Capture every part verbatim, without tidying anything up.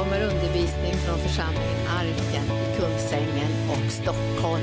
kommer undervisning från församlingen Arken i Kungsängen och Stockholm.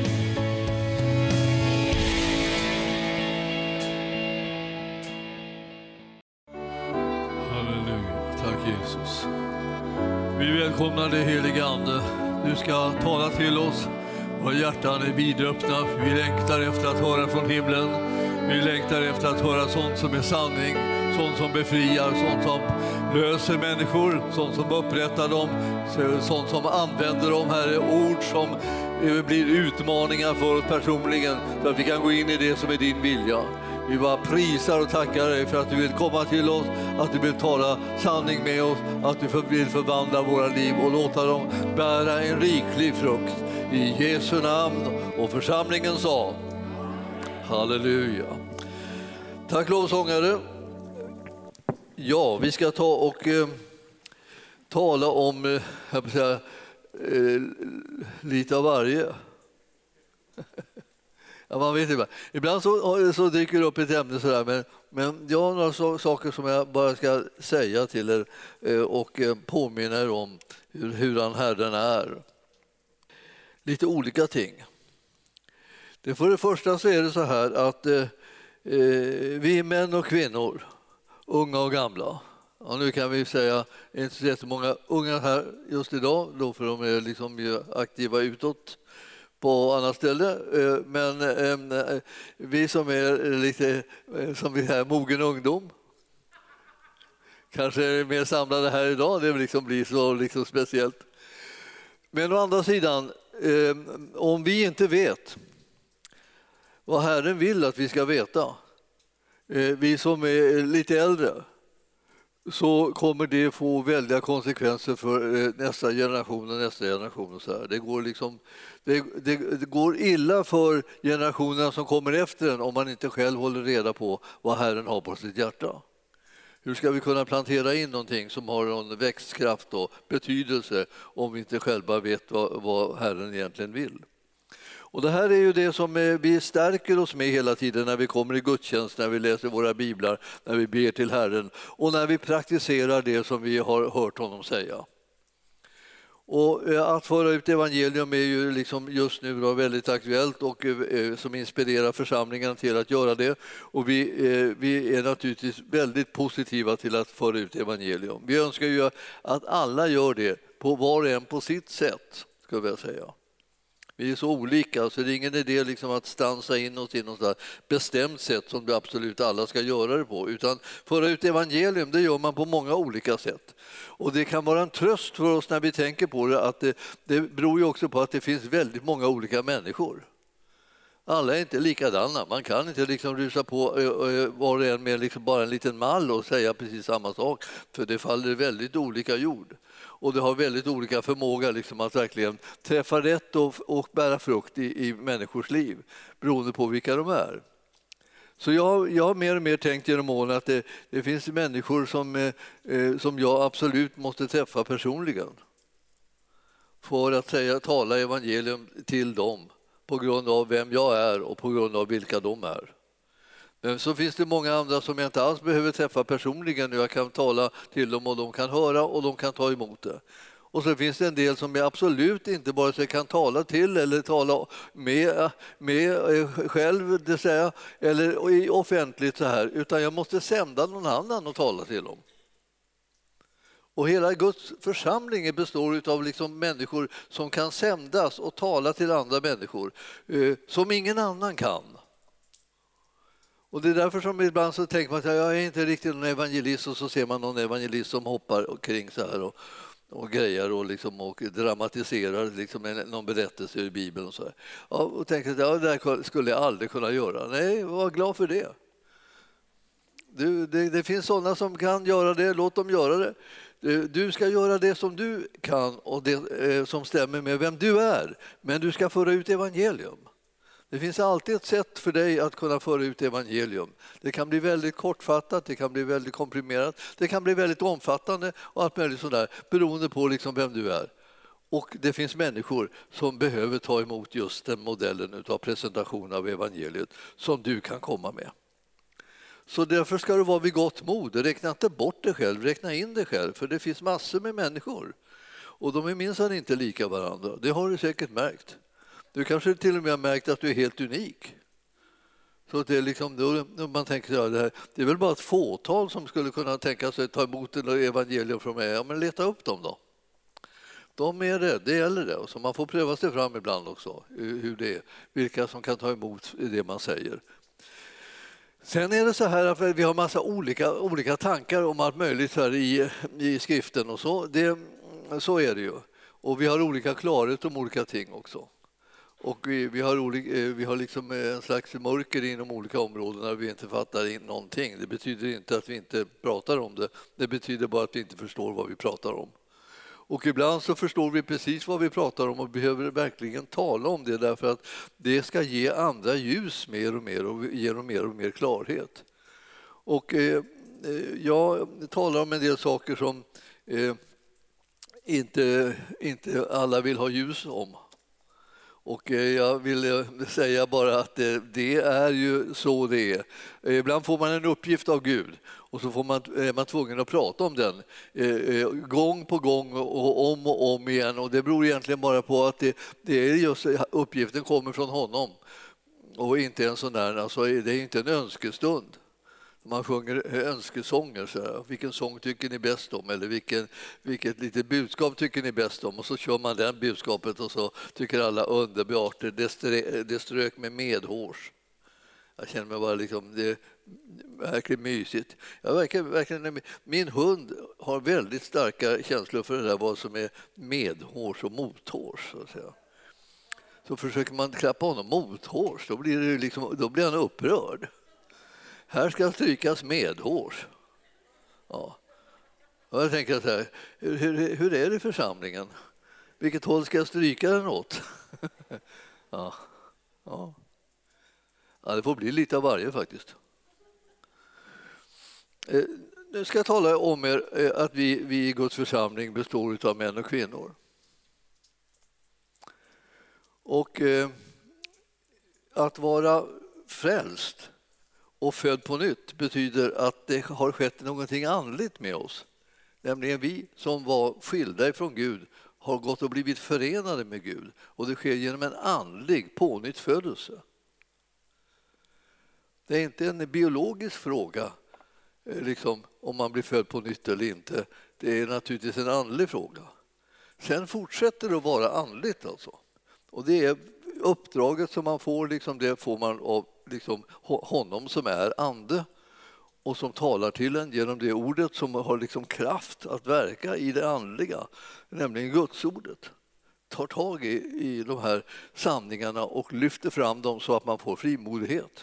Halleluja, tack Jesus. Vi välkomnar dig helige Ande. Du ska tala till oss. Våra hjärtan är vidöppna. Vi längtar efter att höra från himlen. Vi längtar efter att höra sånt som är sanning, sånt som befriar, sånt som löser människor, sånt som upprättar dem, sånt som använder dem, Herre, ord som blir utmaningar för oss personligen, så att vi kan gå in i det som är din vilja. Vi bara prisar och tackar dig för att du vill komma till oss, att du vill tala sanning med oss, att du vill förvandla våra liv och låta dem bära en riklig frukt. I Jesu namn, och församlingen sa halleluja. Tack lovsångare. Ja, vi ska ta och eh, tala om eh, jag vill säga, eh, lite av varje. Ja, man vet inte. Ibland så, så dyker det upp ett ämne sådär, men, men jag har några så, saker som jag bara ska säga till er eh, och eh, påminna er om hur, hur han Herren är. Lite olika ting. Det för det första så är det så här att eh, vi män och kvinnor, unga och gamla, ja, nu kan vi säga inte så jättemånga unga här just idag, då för de är liksom aktiva utåt på annat ställe, men eh, vi som är lite som vi är mogen ungdom kanske är mer samlade här idag, det liksom blir så liksom speciellt. Men å andra sidan, eh, om vi inte vet vad Herren vill att vi ska veta, eh, vi som är lite äldre, så kommer det få väldiga konsekvenser för eh, nästa generation och nästa generation. Så här. Det, går liksom, det, det, det går illa för generationerna som kommer efter en om man inte själv håller reda på vad Herren har på sitt hjärta. Hur ska vi kunna plantera in någonting som har någon växtkraft och betydelse om vi inte själva vet vad, vad Herren egentligen vill? Och det här är ju det som vi stärker oss med hela tiden när vi kommer i gudstjänst, när vi läser våra biblar, när vi ber till Herren och när vi praktiserar det som vi har hört honom säga. Och att föra ut evangelium är ju liksom just nu då väldigt aktuellt och som inspirerar församlingen till att göra det. Och vi, vi är naturligtvis väldigt positiva till att föra ut evangelium. Vi önskar ju att alla gör det, på var och en på sitt sätt, ska jag säga. Vi är så olika, så det är ingen idé liksom att stansa in oss i något bestämt sätt som vi absolut alla ska göra det på. Utan föra ut evangelium, det gör man på många olika sätt. Och det kan vara en tröst för oss när vi tänker på det, att det, det beror ju också på att det finns väldigt många olika människor. Alla är inte likadana. Man kan inte liksom rusa på var och en med liksom bara en liten mall och säga precis samma sak. För det faller väldigt olika jord. Och det har väldigt olika förmåga liksom att verkligen träffa rätt och, och bära frukt i, i människors liv. Beroende på vilka de är. Så jag, jag har mer och mer tänkt genom åren att det, det finns människor som, eh, som jag absolut måste träffa personligen. För att säga, tala evangelium till dem. På grund av vem jag är och på grund av vilka de är. Men så finns det många andra som jag inte alls behöver träffa personligen. Jag kan tala till dem och de kan höra och de kan ta emot det. Och så finns det en del som jag absolut inte bara så kan tala till eller tala med, med själv, det säger, eller offentligt så här. Utan jag måste sända någon annan och tala till dem. Och hela Guds församling består av liksom människor som kan sändas och tala till andra människor eh, som ingen annan kan. Och det är därför som ibland så tänker man att jag är inte riktigt någon evangelist, och så ser man någon evangelist som hoppar omkring så här och, och grejer och, liksom, och dramatiserar liksom någon berättelse i Bibeln och så här. Ja, och tänker att ja, det där skulle jag aldrig kunna göra. Nej, var glad för det. Du, det, det finns sådana som kan göra det, låt dem göra det. Du ska göra det som du kan och det eh, som stämmer med vem du är. Men du ska föra ut evangelium. Det finns alltid ett sätt för dig att kunna föra ut evangelium. Det kan bli väldigt kortfattat, det kan bli väldigt komprimerat, det kan bli väldigt omfattande och allt möjligt sådär, beroende på liksom vem du är. Och det finns människor som behöver ta emot just den modellen av presentation av evangeliet som du kan komma med. Så därför ska du vara vid gott mod. Räkna inte bort dig själv, räkna in dig själv. För det finns massor med människor. Och de är minsann inte lika varandra. Det har du säkert märkt. Du kanske till och med har märkt att du är helt unik. Så det är liksom, då man tänker så här, det, här, det är väl bara ett fåtal som skulle kunna tänka sig att ta emot en evangelium från mig. Ja, men leta upp dem då. De är det, det gäller det. Så man får pröva sig fram ibland också, hur det är. Vilka som kan ta emot det man säger. Sen är det så här att vi har massa olika, olika tankar om allt möjligt här i, i skriften och så. Det, så är det ju. Och vi har olika klarhet om olika ting också. Och vi, vi har, olika, vi har liksom en slags mörker inom olika områden där vi inte fattar in någonting. Det betyder inte att vi inte pratar om det. Det betyder bara att vi inte förstår vad vi pratar om. Och ibland så förstår vi precis vad vi pratar om och behöver verkligen tala om det därför att det ska ge andra ljus mer och mer och ge dem mer och mer klarhet. Och eh, jag talar om en del saker som eh, inte, inte alla vill ha ljus om. Och jag vill säga bara att det, det är ju så det är. Ibland får man en uppgift av Gud och så får man, är man tvungen att prata om den eh, gång på gång och om och om igen. Och det beror egentligen bara på att det, det är just, uppgiften kommer från honom och inte en sån där, alltså det är inte en önskestund. Man sjunger önskesånger, så här. Vilken sång tycker ni bäst om? Eller vilken, vilket litet budskap tycker ni bäst om? Och så kör man den budskapet och så tycker alla underbart. Det, strö, det strök med medhårs. Jag känner mig bara liksom, det är verkligen mysigt. Jag verkligen, verkligen, min hund har väldigt starka känslor för det där vad som är medhårs och mothårs. Så att säga. Så försöker man klappa honom mothårs, då blir, det liksom, då blir han upprörd. Här ska strykas medhårs. Ja. Och jag tänker så här, hur, hur, hur är det i församlingen? Vilket håll ska jag stryka den åt? ja. Ja. Ja, det får bli lite av varje faktiskt. Eh, nu ska jag tala om er eh, att vi, vi i Guds församling består av män och kvinnor. Och eh, att vara frälst och född på nytt betyder att det har skett någonting andligt med oss. Nämligen vi som var skilda ifrån Gud har gått och blivit förenade med Gud. Och det sker genom en andlig pånyttfödelse. Det är inte en biologisk fråga liksom, om man blir född på nytt eller inte. Det är naturligtvis en andlig fråga. Sen fortsätter det att vara andligt alltså. Och det är uppdraget som man får, liksom, det får man av liksom, honom som är ande och som talar till en genom det ordet som har liksom kraft att verka i det andliga, nämligen Gudsordet. Tar tag i, i de här sanningarna och lyfter fram dem så att man får frimodighet.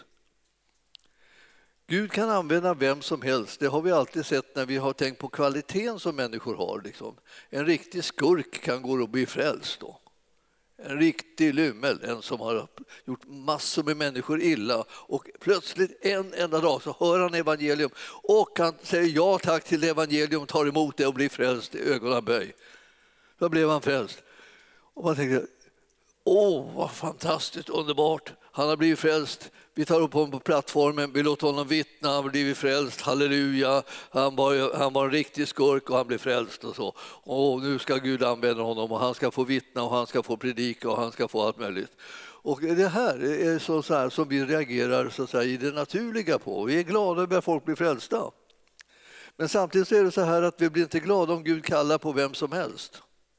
Gud kan använda vem som helst. Det har vi alltid sett när vi har tänkt på kvaliteten som människor har. Liksom. En riktig skurk kan gå och bli frälst då. En riktig lymmel, en som har gjort massor med människor illa och plötsligt en enda dag så hör han evangelium och han säger ja tack till evangelium, tar emot det och blir frälst i ögonaböj. Då blev han frälst. Och man tänkte, åh vad fantastiskt underbart, han har blivit frälst. Vi tar upp honom på plattformen, vi låter honom vittna, han har blivit frälst, halleluja. Han var, han var en riktig skurk och han blev frälst och så. Och nu ska Gud använda honom och han ska få vittna och han ska få predika och han ska få allt möjligt. Och det här är så, så här som vi reagerar så att säga, i det naturliga på. Vi är glada över att folk blir frälsta. Men samtidigt så är det så här att vi blir inte glada om Gud kallar på vem som helst.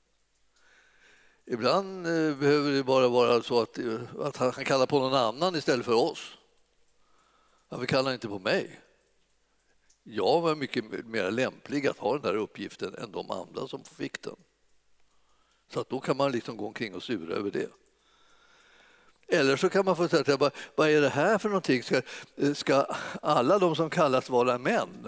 Ibland behöver det bara vara så att, att han kallar på någon annan istället för oss. Han kallar inte på mig. Jag var mycket mer lämplig att ha den här uppgiften än de andra som fick den. Så att då kan man liksom gå omkring och sura över det. Eller så kan man få säga, vad, vad är det här för någonting? Ska, ska alla de som kallas vara män?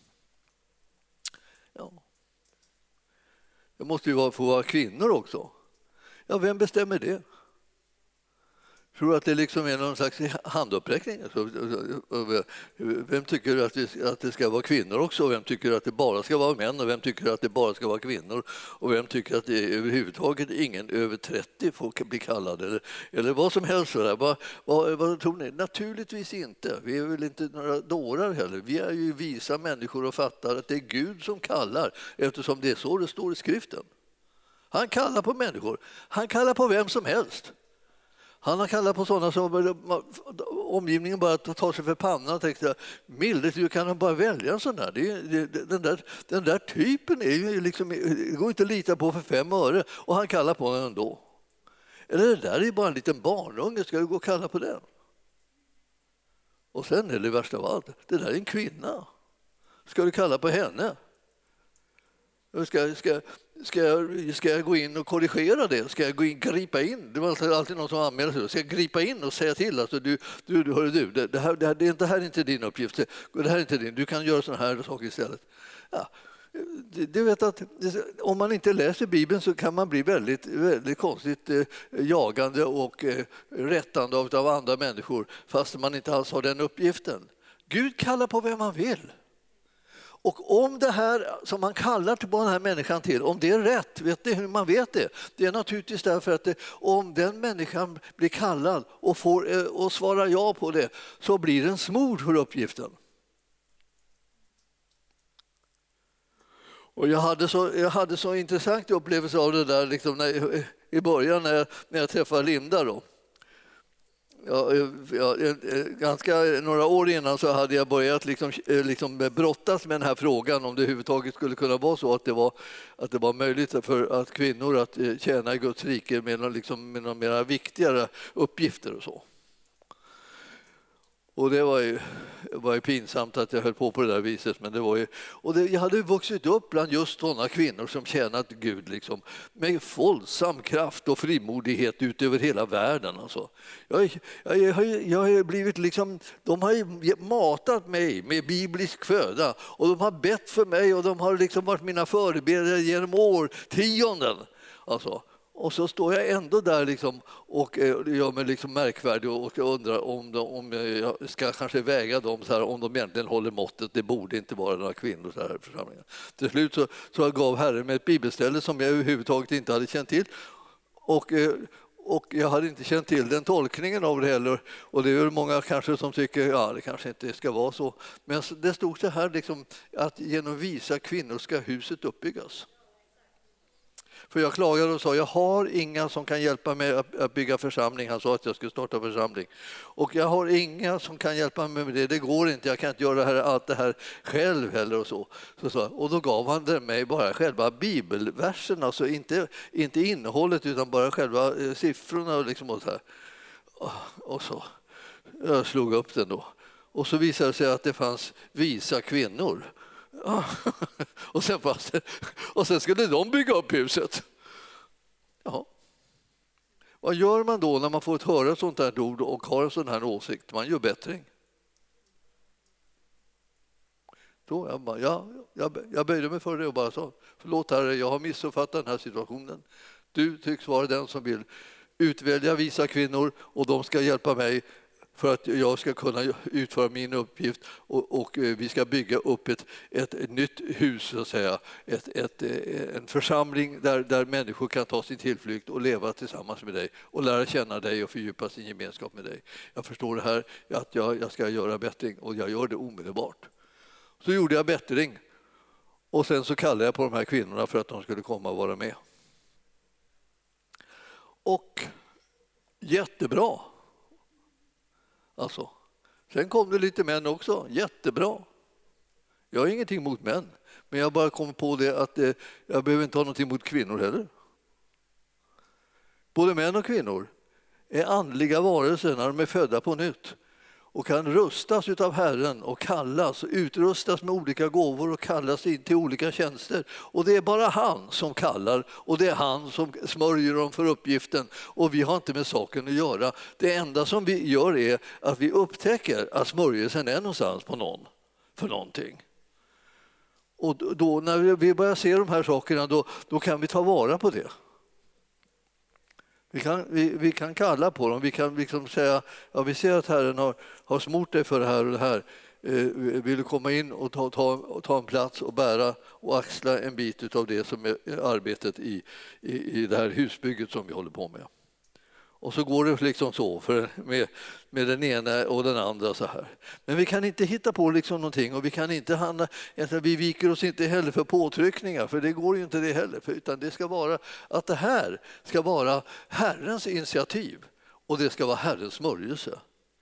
Ja. Det måste ju få vara kvinnor också. Ja, vem bestämmer det? Tror du att det liksom är någon slags handuppräckning? Vem tycker att det, att det ska vara kvinnor också? Vem tycker att det bara ska vara män? Och vem tycker att det bara ska vara kvinnor? Och vem tycker att det är överhuvudtaget ingen över trettio får bli kallad? Eller, eller vad som helst. Vad, vad, vad tror ni? Naturligtvis inte. Vi är väl inte några dårar heller. Vi är ju visa människor och fattar att det är Gud som kallar eftersom det är så det står i skriften. Han kallar på människor. Han kallar på vem som helst. Han har kallat på sådana som omgivningen bara tar sig för pannan och tänkte, mildigt, du kan bara välja en sån där. Det, det, den där. Den där typen är ju liksom, det går inte att lita på för fem öre, och han kallar på den ändå. Eller det där är bara en liten barnunge, ska du gå och kalla på den? Och sen är det värsta av allt, det där är en kvinna. Ska du kalla på henne? Ska, ska, ska, jag, ska jag gå in och korrigera det? Ska jag gå in gripa in? Det var alltid någon som anmälde sig. Ska jag gripa in och säga till? Alltså, du, du, du, hör du, det, det, här, det, här, det här är inte din uppgift. Det här är inte din. Du kan göra såna här saker istället. Ja. Du vet att om man inte läser Bibeln så kan man bli väldigt, väldigt konstigt eh, jagande och eh, rättande av, av andra människor fast man inte alls har den uppgiften. Gud kallar på vem man vill. Och om det här som man kallar på den här människan till, om det är rätt, vet ni hur man vet det? Det är naturligtvis därför att det, om den människan blir kallad och, får, eh, och svarar ja på det, så blir den smord för uppgiften. Och jag hade så, jag hade så intressant upplevelse av det där liksom när, i början när jag, när jag träffade Linda. Då. Jag, jag, ganska några år innan så hade jag börjat liksom, liksom brottas med den här frågan om det överhuvudtaget skulle kunna vara så att det var, att det var möjligt för att kvinnor att tjäna i Guds rike med några, liksom, med några mer viktigare uppgifter och så. Och det var ju, var ju pinsamt att jag höll på på det där viset. Men det var ju, och det, jag hade vuxit upp bland just sådana kvinnor som tjänat Gud liksom, med våldsam kraft och frimodighet ut över hela världen. Alltså. Jag, jag, jag, jag har blivit liksom, de har matat mig med biblisk föda och de har bett för mig och de har liksom varit mina förebilder genom årtionden. Alltså. Och så står jag ändå där liksom och gör mig liksom märkvärdig och undrar om, de, om jag ska kanske väga dem så här, om de egentligen håller måttet. Det borde inte vara några kvinnor så här i församlingen. Till slut så, så jag gav Herren med ett bibelställe som jag överhuvudtaget inte hade känt till. Och, och jag hade inte känt till den tolkningen av det heller. Och det är ju många kanske som tycker ja, det kanske inte ska vara så. Men det stod så här liksom, att genom visa kvinnor ska huset uppbyggas. För jag klagade och sa, jag har inga som kan hjälpa mig att bygga församling. Han sa att jag skulle starta församling. Och jag har inga som kan hjälpa mig med det. Det går inte, jag kan inte göra det här, allt det här själv heller och så. så, så. Och då gav han mig bara själva bibelversen, alltså inte, inte innehållet utan bara själva siffrorna. Och, liksom och, så här. Och så jag slog upp den då. Och så visade det sig att det fanns visa kvinnor. och, sen fast, och sen skulle de bygga upp huset. Ja. Vad gör man då när man får ett höra ett sånt här ord och har en sån här åsikt? Man gör bättring. Då jag, bara, ja, jag, jag böjde mig för det och bara sa, förlåt Herre, jag har missuppfattat den här situationen. Du tycks vara den som vill utvälja visa kvinnor och de ska hjälpa mig för att jag ska kunna utföra min uppgift och, och vi ska bygga upp ett, ett, ett nytt hus, så att säga. Ett, ett, en församling där, där människor kan ta sin tillflykt och leva tillsammans med dig och lära känna dig och fördjupa sin gemenskap med dig. Jag förstår det här, att jag, jag ska göra bättring och jag gör det omedelbart. Så gjorde jag bättring och sen så kallade jag på de här kvinnorna för att de skulle komma och vara med. Och jättebra. Alltså. Sen kom det lite män också, jättebra. Jag har ingenting mot män, men jag bara kom på det att eh, jag behöver inte ha någonting mot kvinnor heller. Både män och kvinnor är andliga varelser när de är födda på nytt och kan rustas utav Herren och kallas och utrustas med olika gåvor och kallas in till olika tjänster. Och det är bara han som kallar och det är han som smörjer dem för uppgiften och vi har inte med saken att göra. Det enda som vi gör är att vi upptäcker att smörjelsen är någonstans på någon för någonting. Och då när vi börjar se de här sakerna då, då kan vi ta vara på det. Vi kan, vi, vi kan kalla på dem, vi kan liksom säga, ja, vi ser att Herren har, har smort dig för det här och det här. Eh, vill du komma in och ta, ta, ta en plats och bära och axla en bit av det som är arbetet i, i, i det här husbygget som vi håller på med. Och så går det liksom så för med, med den ena och den andra så här. Men vi kan inte hitta på liksom någonting och vi kan inte handla, vi viker oss inte heller för påtryckningar, för det går ju inte det heller. För, utan det ska vara att det här ska vara Herrens initiativ och det ska vara Herrens smörjelse.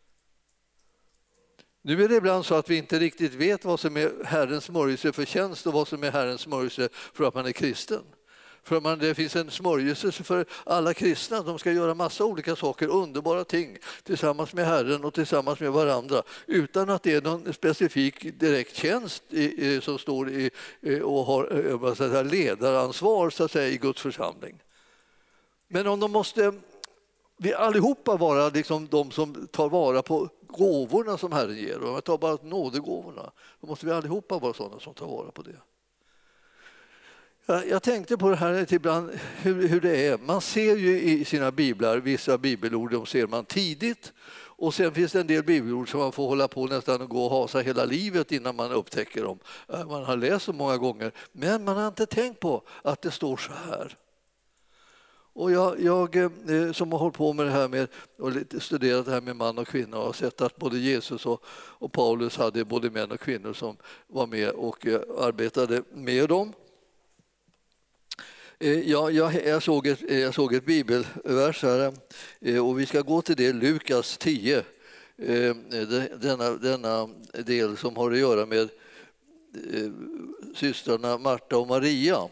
Nu är det ibland så att vi inte riktigt vet vad som är Herrens smörjelse för tjänst och vad som är Herrens smörjelse för att man är kristen. För man, det finns en smörjelse för alla kristna. De ska göra massa olika saker, underbara ting tillsammans med Herren och tillsammans med varandra utan att det är någon specifik direkt tjänst i, i, som står i, och har vad ska jag säga, ledaransvar så att säga, i Guds församling. Men om de måste vi allihopa vara liksom de som tar vara på gåvorna som Herren ger, och jag tar bara nådegåvorna, då måste vi allihopa vara sådana som tar vara på det. Jag tänkte på det här ibland, hur, hur det är. Man ser ju i sina biblar, vissa bibelord de ser man tidigt. Och sen finns det en del bibelord som man får hålla på nästan och gå och ha sig hela livet innan man upptäcker dem. Man har läst så många gånger, men man har inte tänkt på att det står så här. Och jag, jag som har hållit på med det här med och studerat det här med man och kvinna och sett att både Jesus och, och Paulus hade både män och kvinnor som var med och arbetade med dem. Ja, jag, jag, såg ett, jag såg ett bibelvers här och vi ska gå till det, Lukas tio, denna, denna del som har att göra med systrarna Marta och Maria.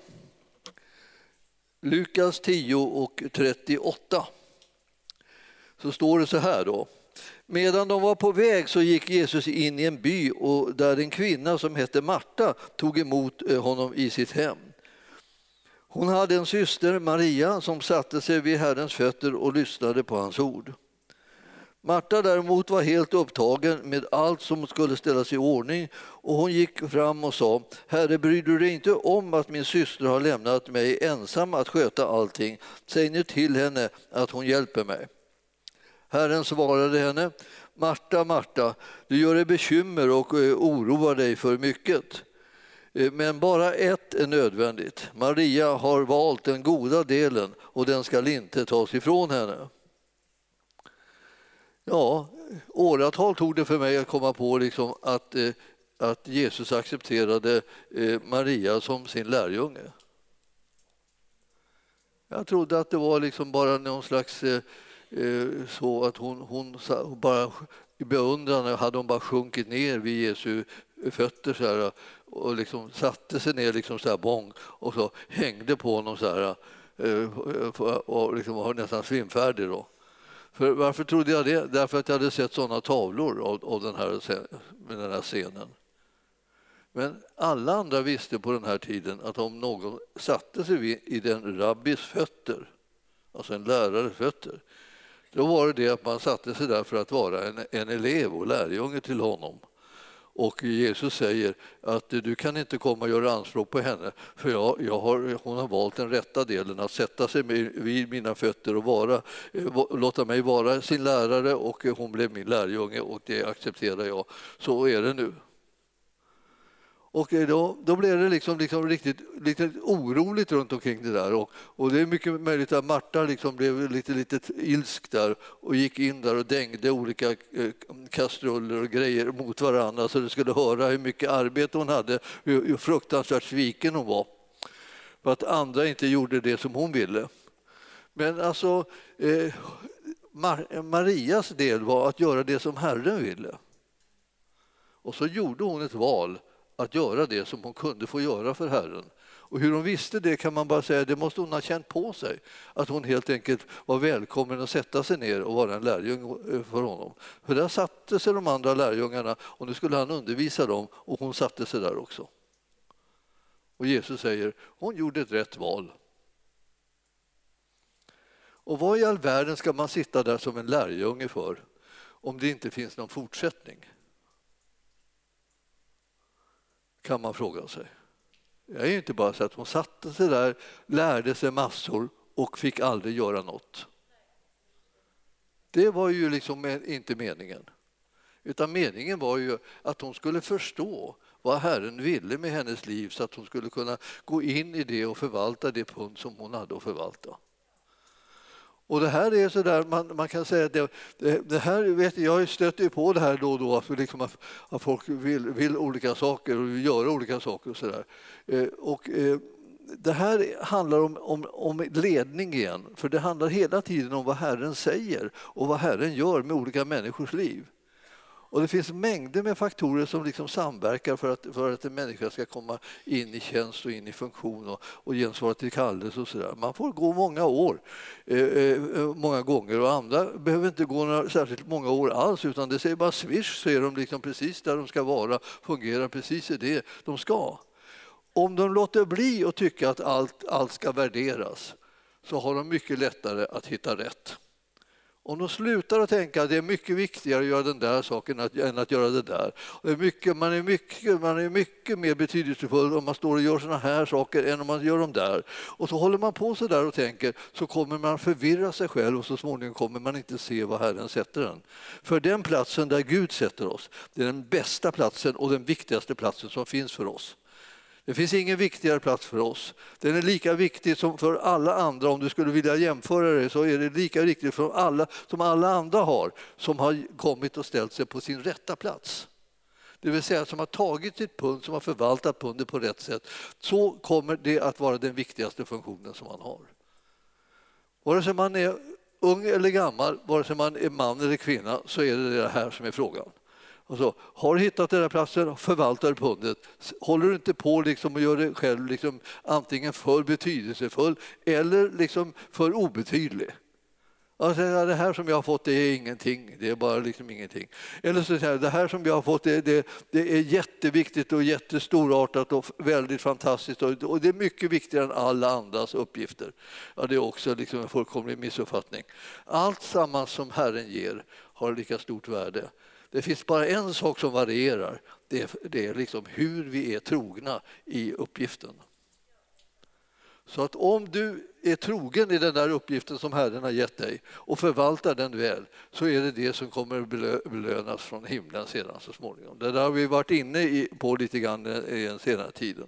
Lukas tio och trettioåtta. Så står det så här då. Medan de var på väg så gick Jesus in i en by och där en kvinna som hette Marta tog emot honom i sitt hem. Hon hade en syster, Maria, som satte sig vid Herrens fötter och lyssnade på hans ord. Marta däremot var helt upptagen med allt som skulle ställas i ordning och hon gick fram och sa: Herre, bryr du dig inte om att min syster har lämnat mig ensam att sköta allting? Säg nu till henne att hon hjälper mig. Herren svarade henne: Marta, Marta, du gör dig bekymmer och oroar dig för mycket. Men bara ett är nödvändigt. Maria har valt den goda delen och den ska inte tas ifrån henne. Ja, åratal tog det för mig att komma på liksom att, att Jesus accepterade Maria som sin lärjunge. Jag trodde att det var liksom bara någon slags så att hon, hon bara i beundran hade hon bara sjunkit ner vid Jesu fötter så här, och liksom satte sig ner liksom så här bång och så hängde på honom så här och liksom var nästan svimfärdig då. För varför trodde jag det? Därför att jag hade sett sådana tavlor av, av den, här, med den här scenen. Men alla andra visste på den här tiden att om någon satte sig vid, i den rabbis fötter, alltså en lärares fötter, då var det det att man satte sig där för att vara en, en elev och lärjunge till honom. Och Jesus säger att du kan inte komma och göra anspråk på henne, för jag, jag har, hon har valt den rätta delen, att sätta sig vid mina fötter och vara, låta mig vara sin lärare, och hon blev min lärjunge och det accepterar jag. Så är det nu. Och då, då blev det liksom, liksom riktigt, lite oroligt runt omkring det där. Och, och det är mycket möjligt att Marta liksom blev lite, lite ilsk där och gick in där och dängde olika eh, kastruller och grejer mot varandra så det skulle höra hur mycket arbete hon hade, hur, hur fruktansvärt sviken hon var. För att andra inte gjorde det som hon ville. Men alltså, eh, Mar- Marias del var att göra det som Herren ville. Och så gjorde hon ett val att göra det som hon kunde få göra för Herren. Och hur hon visste det kan man bara säga, det måste hon ha känt på sig. Att hon helt enkelt var välkommen att sätta sig ner och vara en lärjung för honom. För där satte sig de andra lärjungarna och nu skulle han undervisa dem och hon satte sig där också. Och Jesus säger, hon gjorde ett rätt val. Och vad i all världen ska man sitta där som en lärjunge för om det inte finns någon fortsättning? Kan man fråga sig. Det är ju inte bara så att hon satte sig där, lärde sig massor och fick aldrig göra något. Det var ju liksom inte meningen. Utan meningen var ju att hon skulle förstå vad Herren ville med hennes liv så att hon skulle kunna gå in i det och förvalta det punkt som hon hade att förvalta. Och det här är så där, man, man kan säga att det, det, det här, vet jag, jag stöter ju på det här då och då, alltså liksom att, att folk vill, vill olika saker och vill göra olika saker och sådär. Eh, och eh, det här handlar om, om, om ledning igen, för det handlar hela tiden om vad Herren säger och vad Herren gör med olika människors liv. Och det finns mängder med faktorer som liksom samverkar för att, för att en människa ska komma in i tjänst och in i funktion och, och gensvara till kallelse och sådär. Man får gå många år, eh, eh, många gånger, och andra behöver inte gå några särskilt många år alls, utan det säger bara swish, så är de liksom precis där de ska vara, fungerar precis i det de ska. Om de låter bli och tycka att allt, allt ska värderas, så har de mycket lättare att hitta rätt. Om de slutar att tänka att det är mycket viktigare att göra den där saken än att göra det där. Det är mycket, man, är mycket, man är mycket mer betydelsefull om man står och gör såna här saker än om man gör dem där. Och så håller man på så där och tänker, så kommer man förvirra sig själv och så småningom kommer man inte se vad Herren sätter den. För den platsen där Gud sätter oss, det är den bästa platsen och den viktigaste platsen som finns för oss. Det finns ingen viktigare plats för oss. Den är lika viktig som för alla andra. Om du skulle vilja jämföra det, så är det lika viktigt för alla som alla andra har, som har kommit och ställt sig på sin rätta plats. Det vill säga som har tagit sitt pund, som har förvaltat pundet på rätt sätt. Så kommer det att vara den viktigaste funktionen som man har. Vare sig man är ung eller gammal, vare sig man är man eller kvinna, så är det det här som är frågan. Alltså, har du hittat den där platsen, förvaltar pundet, håller du inte på liksom och gör det själv liksom antingen för betydelsefull eller liksom för obetydlig. Alltså, det här som jag har fått, det är ingenting, det är bara liksom ingenting. Eller så säger jag, det här som jag har fått, det, det, det är jätteviktigt och jättestorartat och väldigt fantastiskt, och, och det är mycket viktigare än alla andras uppgifter. Ja, det är också liksom en fullkomlig missuppfattning. Allt samman som Herren ger har lika stort värde. Det finns bara en sak som varierar, det är, det är liksom hur vi är trogna i uppgiften. Så att om du är trogen i den där uppgiften som Herren har gett dig och förvaltar den väl, så är det det som kommer belönas från himlen sedan så småningom. Det där har vi varit inne på lite grann i den senare tiden.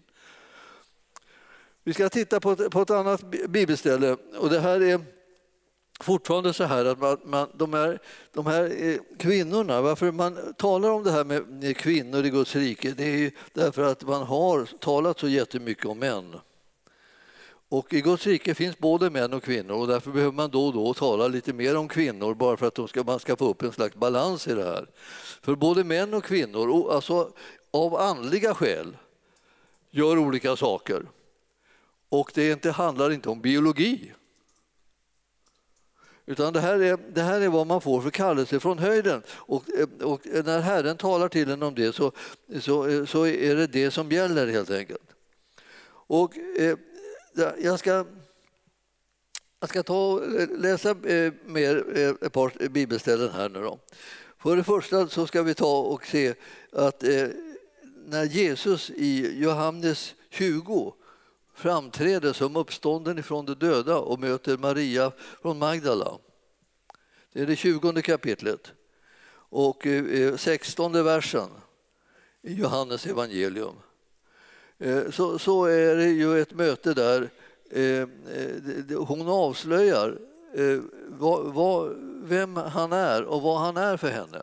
Vi ska titta på ett, på ett annat bibelställe, och det här är fortfarande så här att man, man, de, här, de här kvinnorna, varför man talar om det här med kvinnor i Guds rike, det är ju därför att man har talat så jättemycket om män. Och i Guds rike finns både män och kvinnor, och därför behöver man då och då tala lite mer om kvinnor, bara för att de ska, man ska få upp en slags balans i det här. För både män och kvinnor, alltså av andliga skäl, gör olika saker. Och det inte, handlar inte om biologi. Utan det här, är, det här är vad man får för kallelse från höjden. Och, och när Herren talar till en om det, så, så, så är det det som gäller helt enkelt. Och eh, jag ska, jag ska ta och läsa eh, mer eh, ett par bibelställen här nu då. För det första så ska vi ta och se att eh, när Jesus i Johannes tjugo framträder som uppstånden ifrån de döda och möter Maria från Magdala. Det är det tjugonde kapitlet och sextonde versen i Johannes evangelium. Så, så är det ju ett möte där hon avslöjar vad, vad, vem han är och vad han är för henne.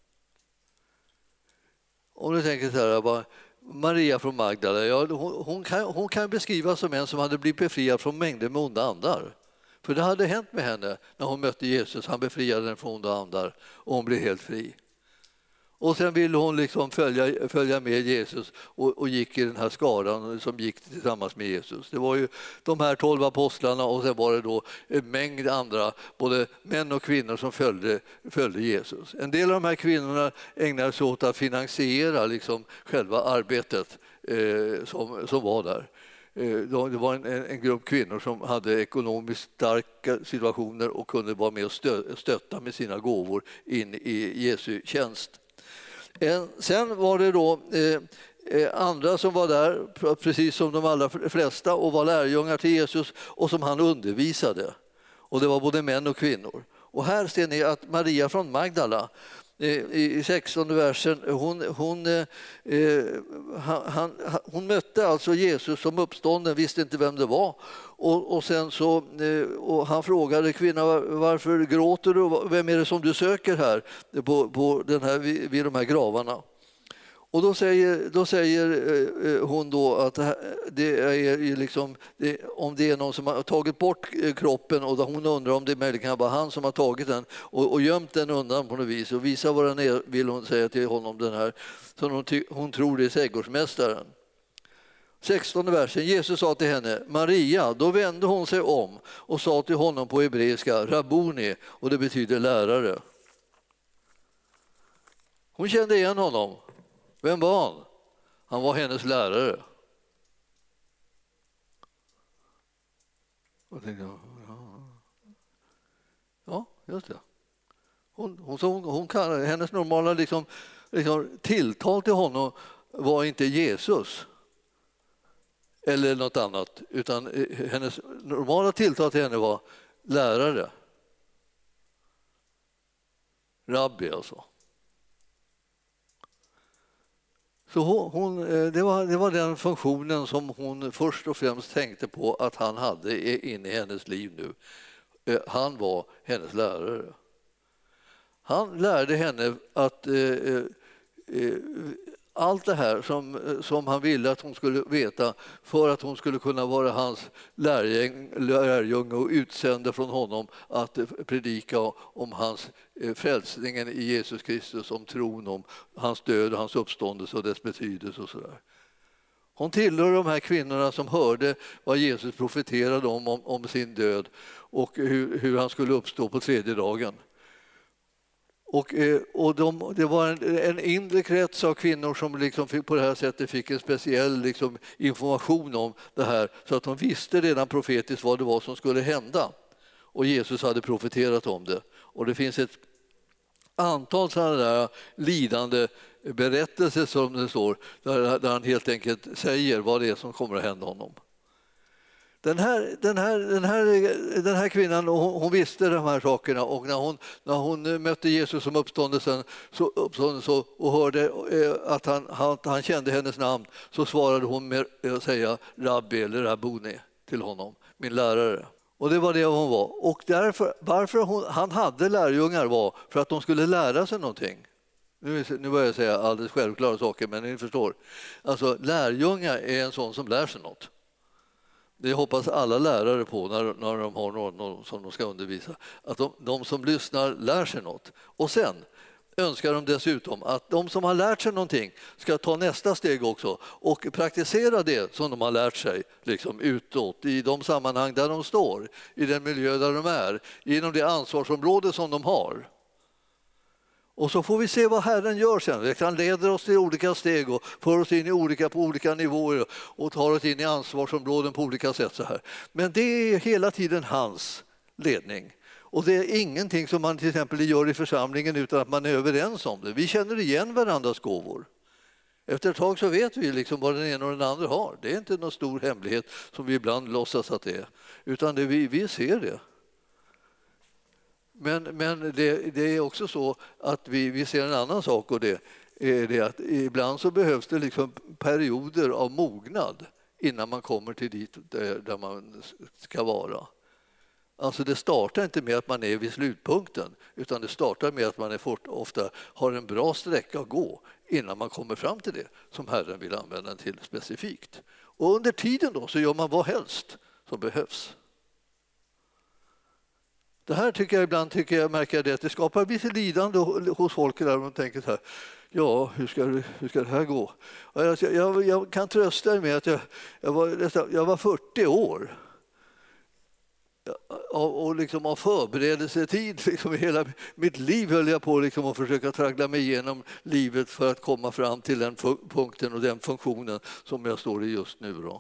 Om du tänker så här, bara, Maria från Magdala, ja, hon, hon, kan, hon kan beskrivas som en som hade blivit befriad från mängder med onda andar. För det hade hänt med henne när hon mötte Jesus. Han befriade henne från onda andar och hon blev helt fri. Och sen ville hon liksom följa, följa med Jesus och, och gick i den här skaran som gick tillsammans med Jesus. Det var ju de här tolv apostlarna, och sen var det då en mängd andra, både män och kvinnor, som följde, följde Jesus. En del av de här kvinnorna ägnade sig åt att finansiera liksom själva arbetet eh, som, som var där. Eh, det var en, en grupp kvinnor som hade ekonomiskt starka situationer och kunde vara med och stö, stötta med sina gåvor in i Jesu tjänst. Sen var det då eh, andra som var där, precis som de allra flesta, och var lärjungar till Jesus och som han undervisade. Och det var både män och kvinnor. Och här ser ni att Maria från Magdala, i sextonde versen. Hon, hon, eh, han, han, hon mötte alltså Jesus som uppstånden, visste inte vem det var. Och, och sen så, eh, och han frågade kvinnan, varför gråter du? Vem är det som du söker här på, på den här, vid, vid de här gravarna? Och då säger, då säger hon då att det är liksom, det, om det är någon som har tagit bort kroppen, och hon undrar om det möjligen var han som har tagit den och, och gömt den undan på något vis och visa vad den är, vill hon säga till honom, den här som hon, ty, hon tror det är trädgårdsmästaren. sextonde versen. Jesus sa till henne, Maria. Då vände hon sig om och sa till honom på hebreiska, Rabboni, och det betyder lärare. Hon kände igen honom. Vem var han? Han var hennes lärare. Och tänkte, ja, just det. Hon, hon, hon, hon kan, hennes normala liksom, liksom, tilltal till honom var inte Jesus eller något annat, utan hennes normala tilltal till henne var lärare. Rabbi alltså. Så hon, det, var, det var den funktionen som hon först och främst tänkte på att han hade inne i hennes liv nu. Han var hennes lärare. Han lärde henne att eh, eh, allt det här som, som han ville att hon skulle veta för att hon skulle kunna vara hans lärjunge och utsända från honom att predika om hans frälsningen i Jesus Kristus, om tron, om hans död och hans uppståndelse och dess betydelse och sådär. Hon tillhör de här kvinnorna som hörde vad Jesus profeterade om, om, om sin död och hur, hur han skulle uppstå på tredje dagen. Och, och de, det var en, en inre krets av kvinnor som liksom på det här sättet fick en speciell liksom information om det här, så att de visste redan profetiskt vad det var som skulle hända. Och Jesus hade profeterat om det. Och det finns ett antal sådana där lidande berättelser som det står, där, där han helt enkelt säger vad det är som kommer att hända honom. Den här, den, här, den, här, den här kvinnan, hon, hon visste de här sakerna, och när hon, när hon mötte Jesus som uppståndelsen så, uppståndelse och hörde att han, han, han kände hennes namn, så svarade hon med att säga Rabbi eller Rabboni till honom, min lärare. Och det var det hon var. Och därför, varför hon, han hade lärjungar var för att de skulle lära sig någonting. Nu, nu börjar jag säga alldeles självklara saker, men ni förstår. Alltså, lärjungar är en sån som lär sig något. Det hoppas alla lärare på när, när de har någon som de ska undervisa. Att de, de som lyssnar lär sig något. Och sen önskar de dessutom att de som har lärt sig någonting ska ta nästa steg också och praktisera det som de har lärt sig liksom utåt i de sammanhang där de står, i den miljö där de är, inom det ansvarsområde som de har. Och så får vi se vad Herren gör sen. Han leder oss till olika steg och för oss in i olika, på olika nivåer och tar oss in i ansvarsområden på olika sätt. Så här. Men det är hela tiden hans ledning. Och det är ingenting som man till exempel gör i församlingen utan att man är överens om det. Vi känner igen varandras gåvor. Efter ett tag så vet vi liksom vad den ena och den andra har. Det är inte någon stor hemlighet som vi ibland låtsas att det är. Utan det, vi, vi ser det. Men, men det, det är också så att vi, vi ser en annan sak, och det är det att ibland så behövs det liksom perioder av mognad innan man kommer till dit där, där man ska vara. Alltså det startar inte med att man är vid slutpunkten, utan det startar med att man är fort, ofta har en bra sträcka att gå innan man kommer fram till det som Herren vill använda till specifikt. Och under tiden då så gör man vad helst som behövs. Det här tycker jag ibland tycker jag märker det att det skapar lite lidande hos folk där de tänker så här, ja, hur ska det, hur ska det här gå? Jag, jag, jag kan trösta er med att jag, jag, var, jag var fyrtio år och, och liksom av förberedelsetid liksom i hela mitt liv höll jag på liksom att försöka traggla mig igenom livet för att komma fram till den punkten och den funktionen som jag står i just nu då.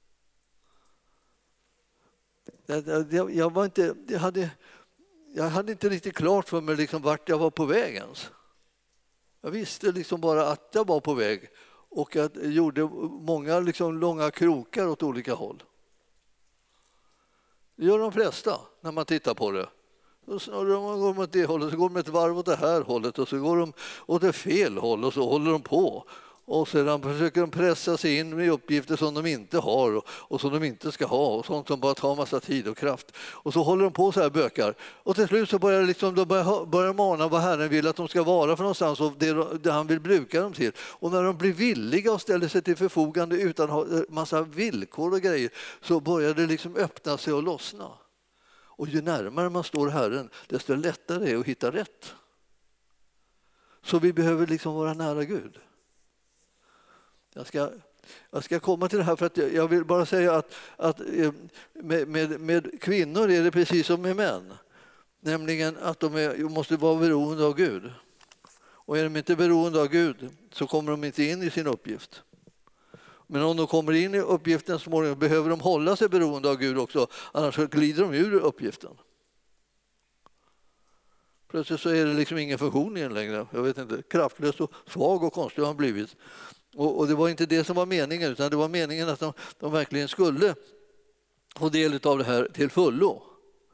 Jag, jag, jag, var inte, jag, hade, jag hade inte riktigt klart för mig liksom vart jag var på väg ens. Jag visste liksom bara att jag var på väg och att jag gjorde många liksom långa krokar åt olika håll. Det gör de flesta när man tittar på det. Då snurrar man, går de åt det hållet, så går de ett varv åt det här hållet och så går de åt det fel håll och så håller de på. Och sedan försöker de pressa sig in med uppgifter som de inte har och, och som de inte ska ha och sånt som bara tar massa tid och kraft. Och så håller de på så här bökar. Och till slut så börjar liksom, de börjar, börjar mana vad Herren vill att de ska vara för någonstans och det, det han vill bruka dem till. Och när de blir villiga och ställer sig till förfogande utan att ha massa villkor och grejer så börjar det liksom öppna sig och lossna. Och ju närmare man står Herren desto lättare är det att hitta rätt. Så vi behöver liksom vara nära Gud. Jag ska, jag ska komma till det här för att jag vill bara säga att, att med, med, med kvinnor är det precis som med män. Nämligen att de är, måste vara beroende av Gud. Och är de inte beroende av Gud så kommer de inte in i sin uppgift. Men om de kommer in i uppgiften så småningom behöver de hålla sig beroende av Gud också. Annars glider de ur uppgiften. Plötsligt så är det liksom ingen funktion igen längre. Jag vet inte, kraftlös och svag och konstig har han blivit. Och, och det var inte det som var meningen, utan det var meningen att de, de verkligen skulle få del av det här till fullo.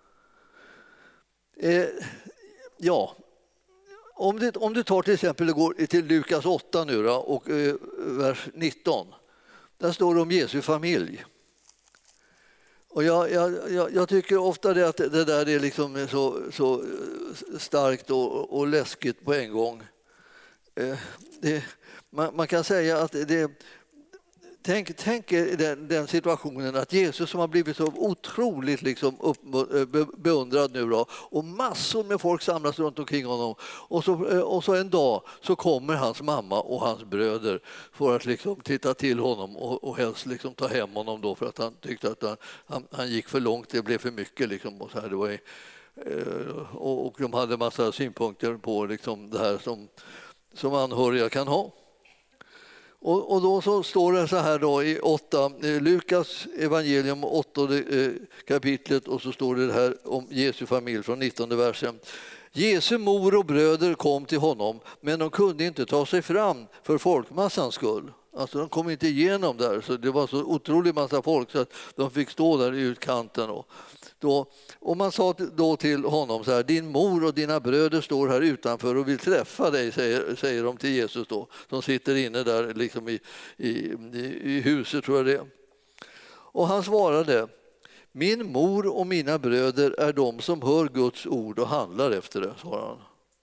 Eh, ja, om du, om du tar till exempel går till Lukas åtta nu då, och eh, vers nitton. Där står det om Jesu familj. Och jag, jag, jag, jag tycker ofta det att det där är liksom så, så starkt och, och läskigt på en gång. Eh, det, man, man kan säga att det... Tänk, tänk den, den situationen att Jesus som har blivit så otroligt liksom upp, be, beundrad nu då, och massor med folk samlas runt omkring honom och så, och så en dag så kommer hans mamma och hans bröder för att liksom titta till honom och, och helst liksom ta hem honom då för att han tyckte att han, han, han gick för långt, det blev för mycket liksom och så här, det var, och, och de hade massa synpunkter på liksom det här som, som anhöriga kan ha. Och, och då så står det så här då i åtta, Lukas evangelium åttonde kapitlet, och så står det här om Jesu familj från nittonde versen. Jesu mor och bröder kom till honom, men de kunde inte ta sig fram för folkmassans skull. Alltså de kom inte igenom där, så det var så otroligt massa folk så att de fick stå där i utkanten. Och, då, och man sa då till honom så här, din mor och dina bröder står här utanför och vill träffa dig, säger, säger de till Jesus då, som sitter inne där liksom i, i, i huset tror jag det. Och han svarade, min mor och mina bröder är de som hör Guds ord och handlar efter det, svarade han.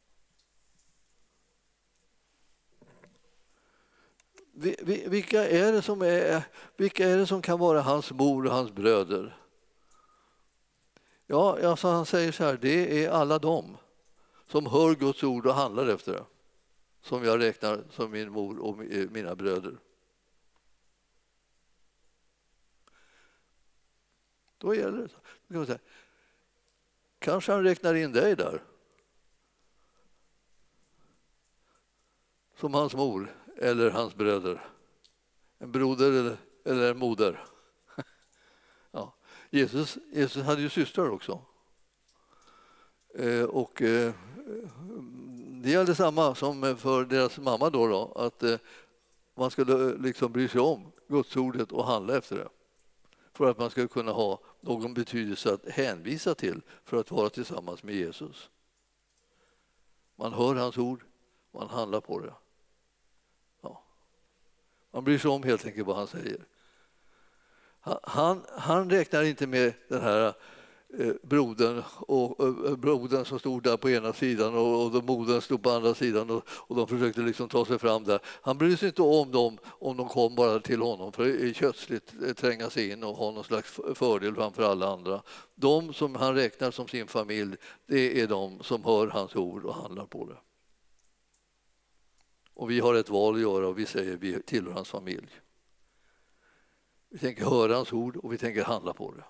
Vilka är det som är, vilka är det som kan vara hans mor och hans bröder? Ja, alltså han säger så här, det är alla de som hör Guds ord och handlar efter det. Som jag räknar som min mor och mina bröder. Då gäller det. Då kan man säga, kanske han räknar in dig där. Som hans mor eller hans bröder. En broder eller, eller en moder. Ja. Jesus, Jesus hade ju systrar också. Eh, och eh, det gällde samma som för deras mamma då, då att eh, man skulle liksom bry sig om Guds ordet och handla efter det. För att man skulle kunna ha någon betydelse att hänvisa till för att vara tillsammans med Jesus. Man hör hans ord, man handlar på det. Ja. Man bryr sig om helt enkelt vad han säger. Han, han räknar inte med den här eh, brodern och eh, brodern som stod där på ena sidan och, och de modern stod på andra sidan och, och de försökte liksom ta sig fram där. Han bryr sig inte om dem om de kom bara till honom för det är kötsligt att tränga sig in och ha någon slags fördel framför alla andra. De som han räknar som sin familj, det är de som hör hans ord och handlar på det. Och vi har ett val att göra och vi säger vi tillhör hans familj. Vi tänker höra hans ord och vi tänker handla på det.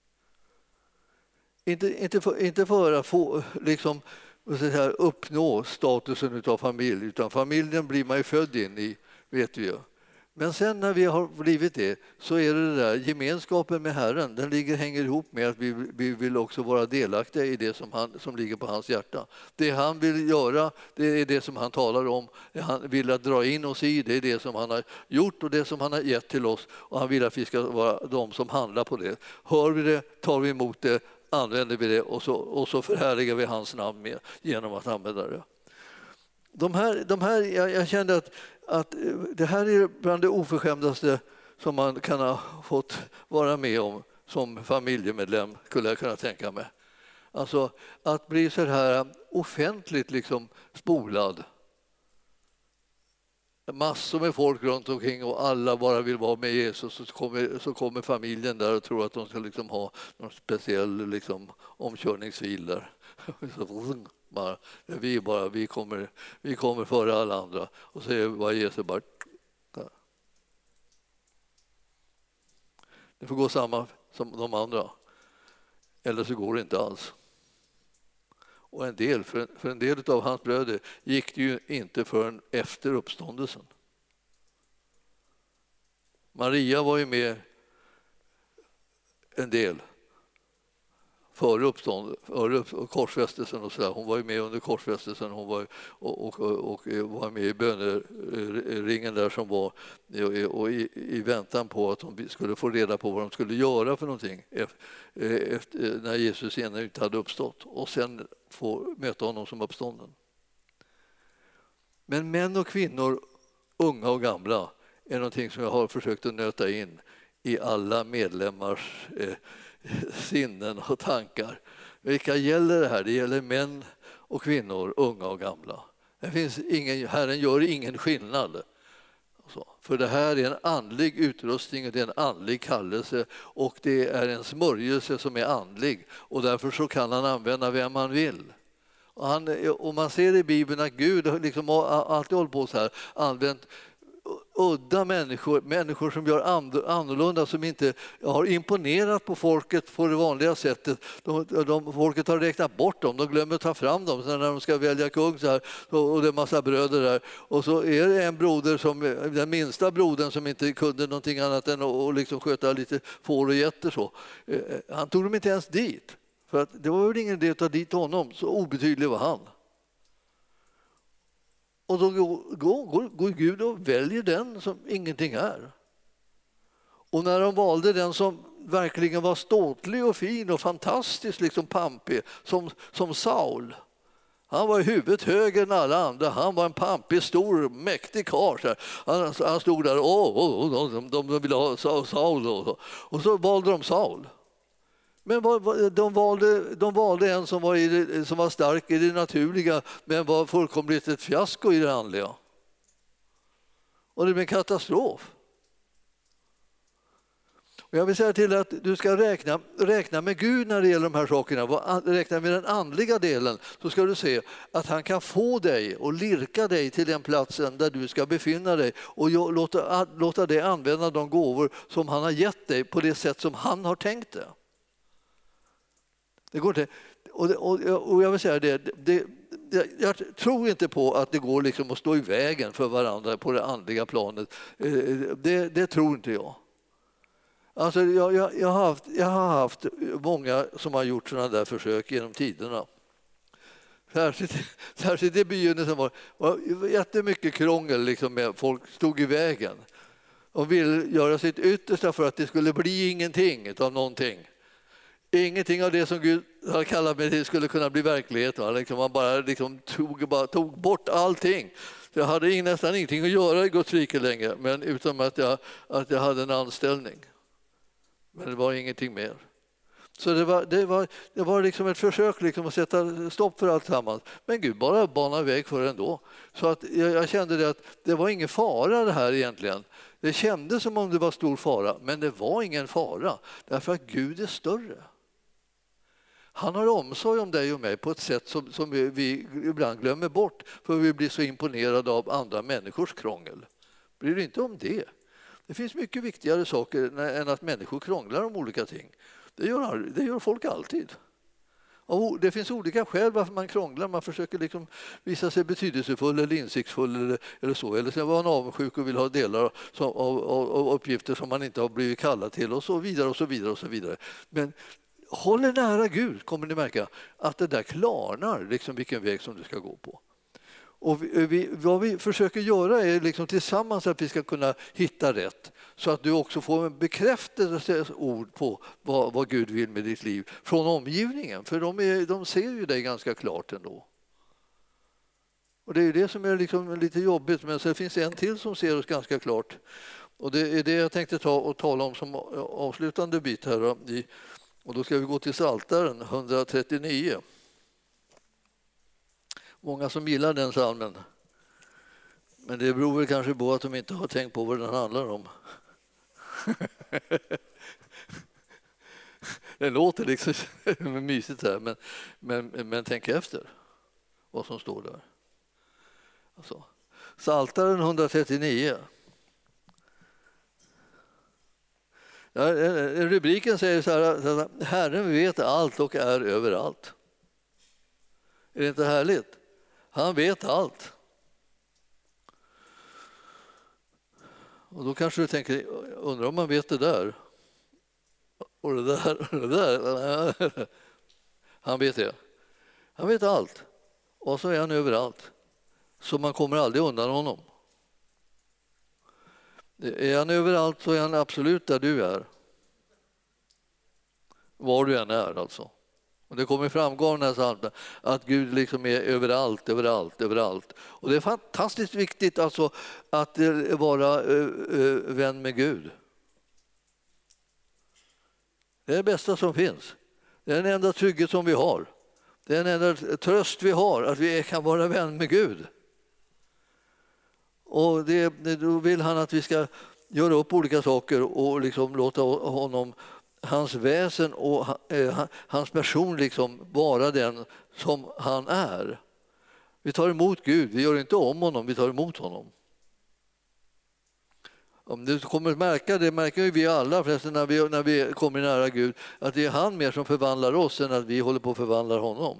Inte, inte, för, inte för att få, liksom, så här, uppnå statusen av familj, utan familjen blir man ju född in i, vet vi ju. Men sen när vi har blivit det så är det, det där gemenskapen med Herren, den ligger, hänger ihop med att vi, vi vill också vara delaktiga i det som, han, som ligger på hans hjärta. Det han vill göra, det är det som han talar om. Han vill att dra in oss i, det är det som han har gjort och det som han har gett till oss. Och han vill att vi ska vara de som handlar på det. Hör vi det, tar vi emot det, använder vi det och så, och så förhärligar vi hans namn med, genom att använda det. De här, de här, jag, jag kände att, att det här är bland det oförskämdaste som man kan ha fått vara med om som familjemedlem, skulle jag kunna tänka mig. Alltså att bli så här offentligt liksom spolad. Massor med folk runt omkring och alla bara vill vara med Jesus, så kommer, så kommer familjen där och tror att de ska liksom ha någon speciell liksom omkörningsfil där. Bara, vi, bara, vi, kommer, vi kommer före alla andra och så är bara Jesus bara... Det får gå samma som de andra, eller så går det inte alls. Och en del, för, för en del av hans bröder gick det ju inte förrän efter uppståndelsen. Maria var ju med en del före uppståndelsen, före korsfästelsen och så där. Hon var ju med under korsfästelsen, hon var och, och, och, och var med i böneringen där som var och i, i väntan på att de skulle få reda på vad de skulle göra för någonting efter, när Jesus ännu inte hade uppstått, och sen få möta honom som uppstånden. Men män och kvinnor, unga och gamla, är någonting som jag har försökt att nöta in i alla medlemmars eh, sinnen och tankar. Vilka gäller det här? Det gäller män och kvinnor, unga och gamla. Det finns ingen, Herren gör ingen skillnad. Så, för det här är en andlig utrustning och det är en andlig kallelse och det är en smörjelse som är andlig, och därför så kan han använda vem han vill. Och, han, och man ser i Bibeln att Gud liksom har alltid hållit på så här, använt udda människor, människor som gör annorlunda, som inte har imponerat på folket på det vanliga sättet. De, de, folket har räknat bort dem, de glömmer att ta fram dem när de ska välja kung så här, och det är massa bröder där. Och så är det en broder, som, den minsta brodern, som inte kunde någonting annat än att liksom sköta lite får och getter. Så. Han tog dem inte ens dit, för att det var väl ingen idé att ta dit honom, så obetydlig var han. Och då går, går, går Gud och väljer den som ingenting är. Och när de valde den som verkligen var ståtlig och fin och fantastisk, liksom pampig, som, som Saul. Han var i huvudet högre än alla andra. Han var en pampig, stor, mäktig karl. Han, han stod där och, och, och de, de ville ha Saul. Och, och så valde de Saul. Men de valde, de valde en som var, i det, som var stark i det naturliga, men var fullkomligt ett fiasko i det andliga. Och det blev en katastrof. Och jag vill säga till att du ska räkna, räkna med Gud när det gäller de här sakerna. Räkna med den andliga delen, så ska du se att han kan få dig och lirka dig till den platsen där du ska befinna dig och låta, låta dig använda de gåvor som han har gett dig på det sätt som han har tänkt det. Det går inte. Och, och, och jag vill säga det, det, det, jag tror inte på att det går liksom att stå i vägen för varandra på det andliga planet. Det, det tror inte jag. Alltså jag, jag, jag, har haft, jag har haft många som har gjort sådana där försök genom tiderna. Särskilt, särskilt i begynnelsen var det jättemycket krångel liksom med folk stod i vägen. De ville göra sitt yttersta för att det skulle bli ingenting av någonting. Ingenting av det som Gud har kallat mig till skulle kunna bli verklighet. Liksom man bara, liksom tog, bara tog bort allting. Jag hade nästan ingenting att göra i Guds rike längre, men utom att jag, att jag hade en anställning. Men det var ingenting mer. Så det var, det var, det var liksom ett försök liksom att sätta stopp för allt sammans. Men Gud bara banade väg för det ändå. Så att jag, jag kände det att det var ingen fara det här egentligen. Det kändes som om det var stor fara, men det var ingen fara. Därför att Gud är större. Han har omsorg om dig och mig på ett sätt som, som vi, vi ibland glömmer bort, för vi blir så imponerade av andra människors krångel. Blir det inte om det? Det finns mycket viktigare saker än att människor krånglar om olika ting. Det gör, det gör folk alltid. Och det finns olika skäl varför man krånglar. Man försöker liksom visa sig betydelsefull eller insiktsfull eller, eller så. Eller sen var man avundsjuk och vill ha delar som, av, av, av uppgifter som man inte har blivit kallad till och så vidare och så vidare och så vidare. Men håll nära Gud, kommer ni märka att det där klarnar liksom vilken väg som du ska gå på. Och vi, vi, vad vi försöker göra är liksom tillsammans att vi ska kunna hitta rätt. Så att du också får en bekräftelse ord på vad, vad Gud vill med ditt liv från omgivningen. För de, är, de ser ju dig ganska klart ändå. Och det är det som är liksom lite jobbigt. Men sen finns det en till som ser oss ganska klart. Och det är det jag tänkte ta och tala om som avslutande bit här. Och då ska vi gå till Psaltaren etthundratrettionio. Många som gillar den psalmen. Men det beror väl kanske på att de inte har tänkt på vad den handlar om. Det låter liksom mysigt här, men, men, men tänk efter vad som står där. Alltså, Psaltaren etthundratrettionio. Ja, rubriken säger så här: Herren vet allt och är överallt. Är det inte härligt? Han vet allt. Och då kanske du tänker, undrar om man vet det där. Och det där, och det där. Han vet det. Han vet allt. Och så är han överallt. Så man kommer aldrig undan honom. Är han överallt så är han absolut där du är. Var du än är alltså. Och det kommer framgå av den här psalmen att Gud liksom är överallt, överallt, överallt. Och det är fantastiskt viktigt alltså att vara vän med Gud. Det är det bästa som finns. Det är den enda trygghet som vi har. Det är den enda tröst vi har, att vi kan vara vän med Gud. Och det, då vill han att vi ska göra upp olika saker och liksom låta honom, hans väsen och hans person liksom vara den som han är. Vi tar emot Gud, vi gör inte om honom, vi tar emot honom. Om du kommer att märka, det märker ju vi alla förresten när vi, när vi kommer nära Gud, att det är han mer som förvandlar oss än att vi håller på att förvandla honom.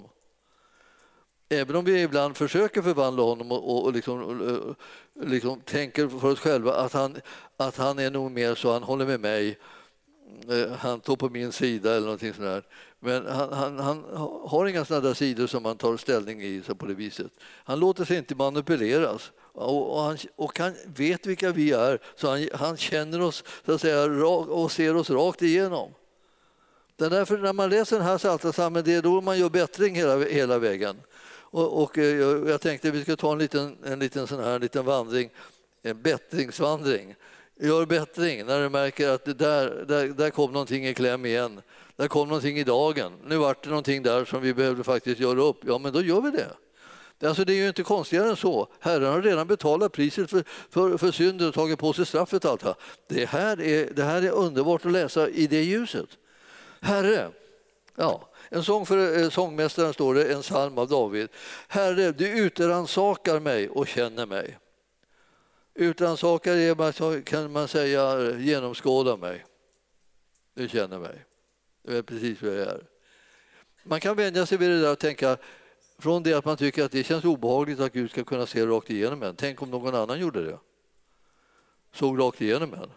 Även om vi ibland försöker förvandla honom och, och liksom, liksom tänker för oss själva att han, att han är nog mer så, han håller med mig, han står på min sida eller någonting sånt där. Men han, han, han har inga sådana där sidor som han tar ställning i så på det viset. Han låter sig inte manipuleras. Och, och, han, och han vet vilka vi är, så han, han känner oss så att säga, och ser oss rakt igenom. Det är därför när man läser den här psaltarpsalmen, det är då man gör bättring hela, hela vägen. Och, och jag, jag tänkte att vi ska ta en liten, en liten sån här en liten vandring, en bättringsvandring. Gör bättring när du märker att det där, där, där kom någonting i kläm igen. Där kom någonting i dagen. Nu var det någonting där som vi behövde faktiskt göra upp. Ja, men då gör vi det. Alltså, det är ju inte konstigare än så. Herren har redan betalat priset för, för, för synden och tagit på sig straffet. Allt här. Det, här är, det här är underbart att läsa i det ljuset. Herre, ja, en sång för sångmästaren står det, en psalm av David. Herre, du utrannsakar mig och känner mig. Utrannsakar är, kan man säga, genomskåda mig. Du känner mig. Du vet precis vad jag är. Man kan vänja sig vid det där och tänka, från det att man tycker att det känns obehagligt att Gud ska kunna se rakt igenom en. Tänk om någon annan gjorde det. Såg rakt igenom en.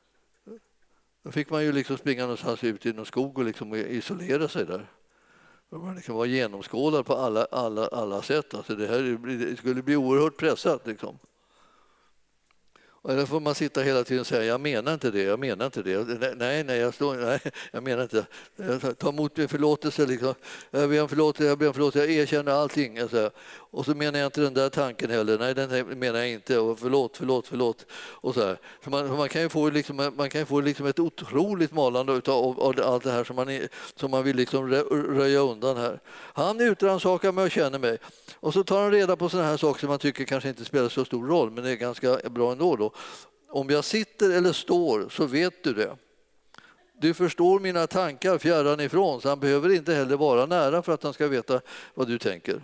Då fick man ju liksom springa någonstans ut i någon skog och liksom isolera sig där. Man liksom var genomskådad på alla, alla, alla sätt. Alltså det här det skulle bli oerhört pressat liksom. Och där får man sitta hela tiden och säga, jag menar inte det, jag menar inte det. Nej, nej, jag, står, nej, jag menar inte det. Ta emot min förlåtelse. Liksom. Jag ber om förlåtelse, jag ber om förlåtelse, jag erkänner allting. Alltså. Och så menar jag inte den där tanken heller. Nej, den menar jag inte. Och förlåt, förlåt, förlåt. Och så här. Så man, man kan ju få, liksom, man kan ju få liksom ett otroligt malande av, av, av allt det här som man, som man vill liksom röja undan här. Han utrannsakar mig och känner mig. Och så tar han reda på sådana här saker som man tycker kanske inte spelar så stor roll, men det är ganska bra ändå då. Om jag sitter eller står så vet du det. Du förstår mina tankar fjärran ifrån, så han behöver inte heller vara nära för att han ska veta vad du tänker.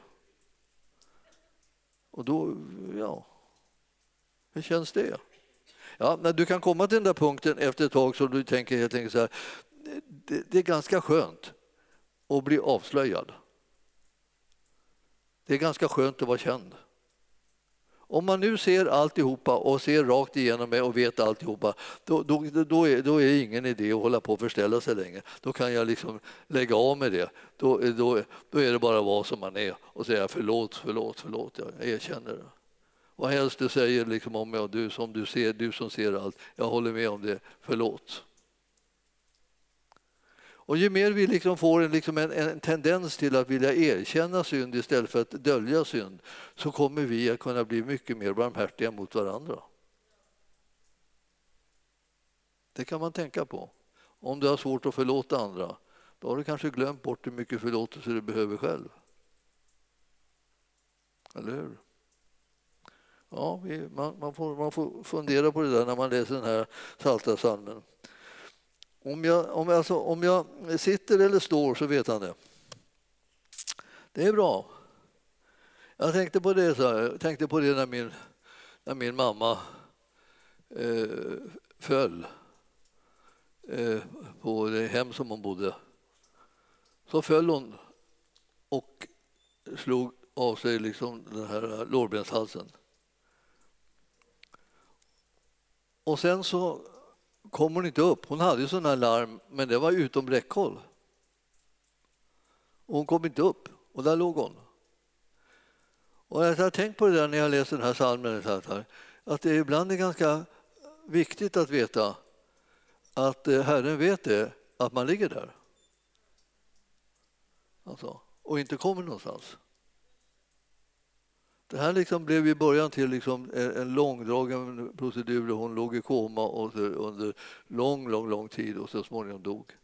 Och då, ja, hur känns det? Ja, när du kan komma till den där punkten efter ett tag så du tänker helt enkelt så här, det, det är ganska skönt att bli avslöjad. Det är ganska skönt att vara känd. Om man nu ser alltihopa och ser rakt igenom mig och vet alltihopa, då, då, då, är, då är det ingen idé att hålla på och förställa sig längre. Då kan jag liksom lägga av med det. Då, då, då är det bara att vara som man är och säga förlåt, förlåt, förlåt. Jag erkänner det. Vad helst du säger liksom om mig, du som du ser, du som ser allt. Jag håller med om det. Förlåt. Och ju mer vi liksom får en, liksom en, en tendens till att vilja erkänna synd istället för att dölja synd, så kommer vi att kunna bli mycket mer barmhärtiga mot varandra. Det kan man tänka på. Om du har svårt att förlåta andra, då har du kanske glömt bort hur mycket förlåtelse du behöver själv. Eller hur? Ja, vi, man, man, får, man får fundera på det där när man läser den här Psaltarpsalmen. Om jag, om, alltså, om jag sitter eller står så vet han det. Det är bra. Jag tänkte på det, så här, jag tänkte på det när, min, när min mamma eh, föll eh, på det hem som hon bodde. Så föll hon och slog av sig liksom den här lårbenshalsen. Och sen så kom hon inte upp. Hon hade ju sån här larm, men det var utom räckhåll. Och hon kom inte upp, och där låg hon. Och jag har tänkt på det där när jag läser den här psalmen, att det ibland är ganska viktigt att veta att Herren vet det, att man ligger där. Alltså, och inte kommer någonstans. Det här liksom blev i början till liksom en långdragen procedur. Hon låg i koma och under lång, lång, lång tid och så småningom dog.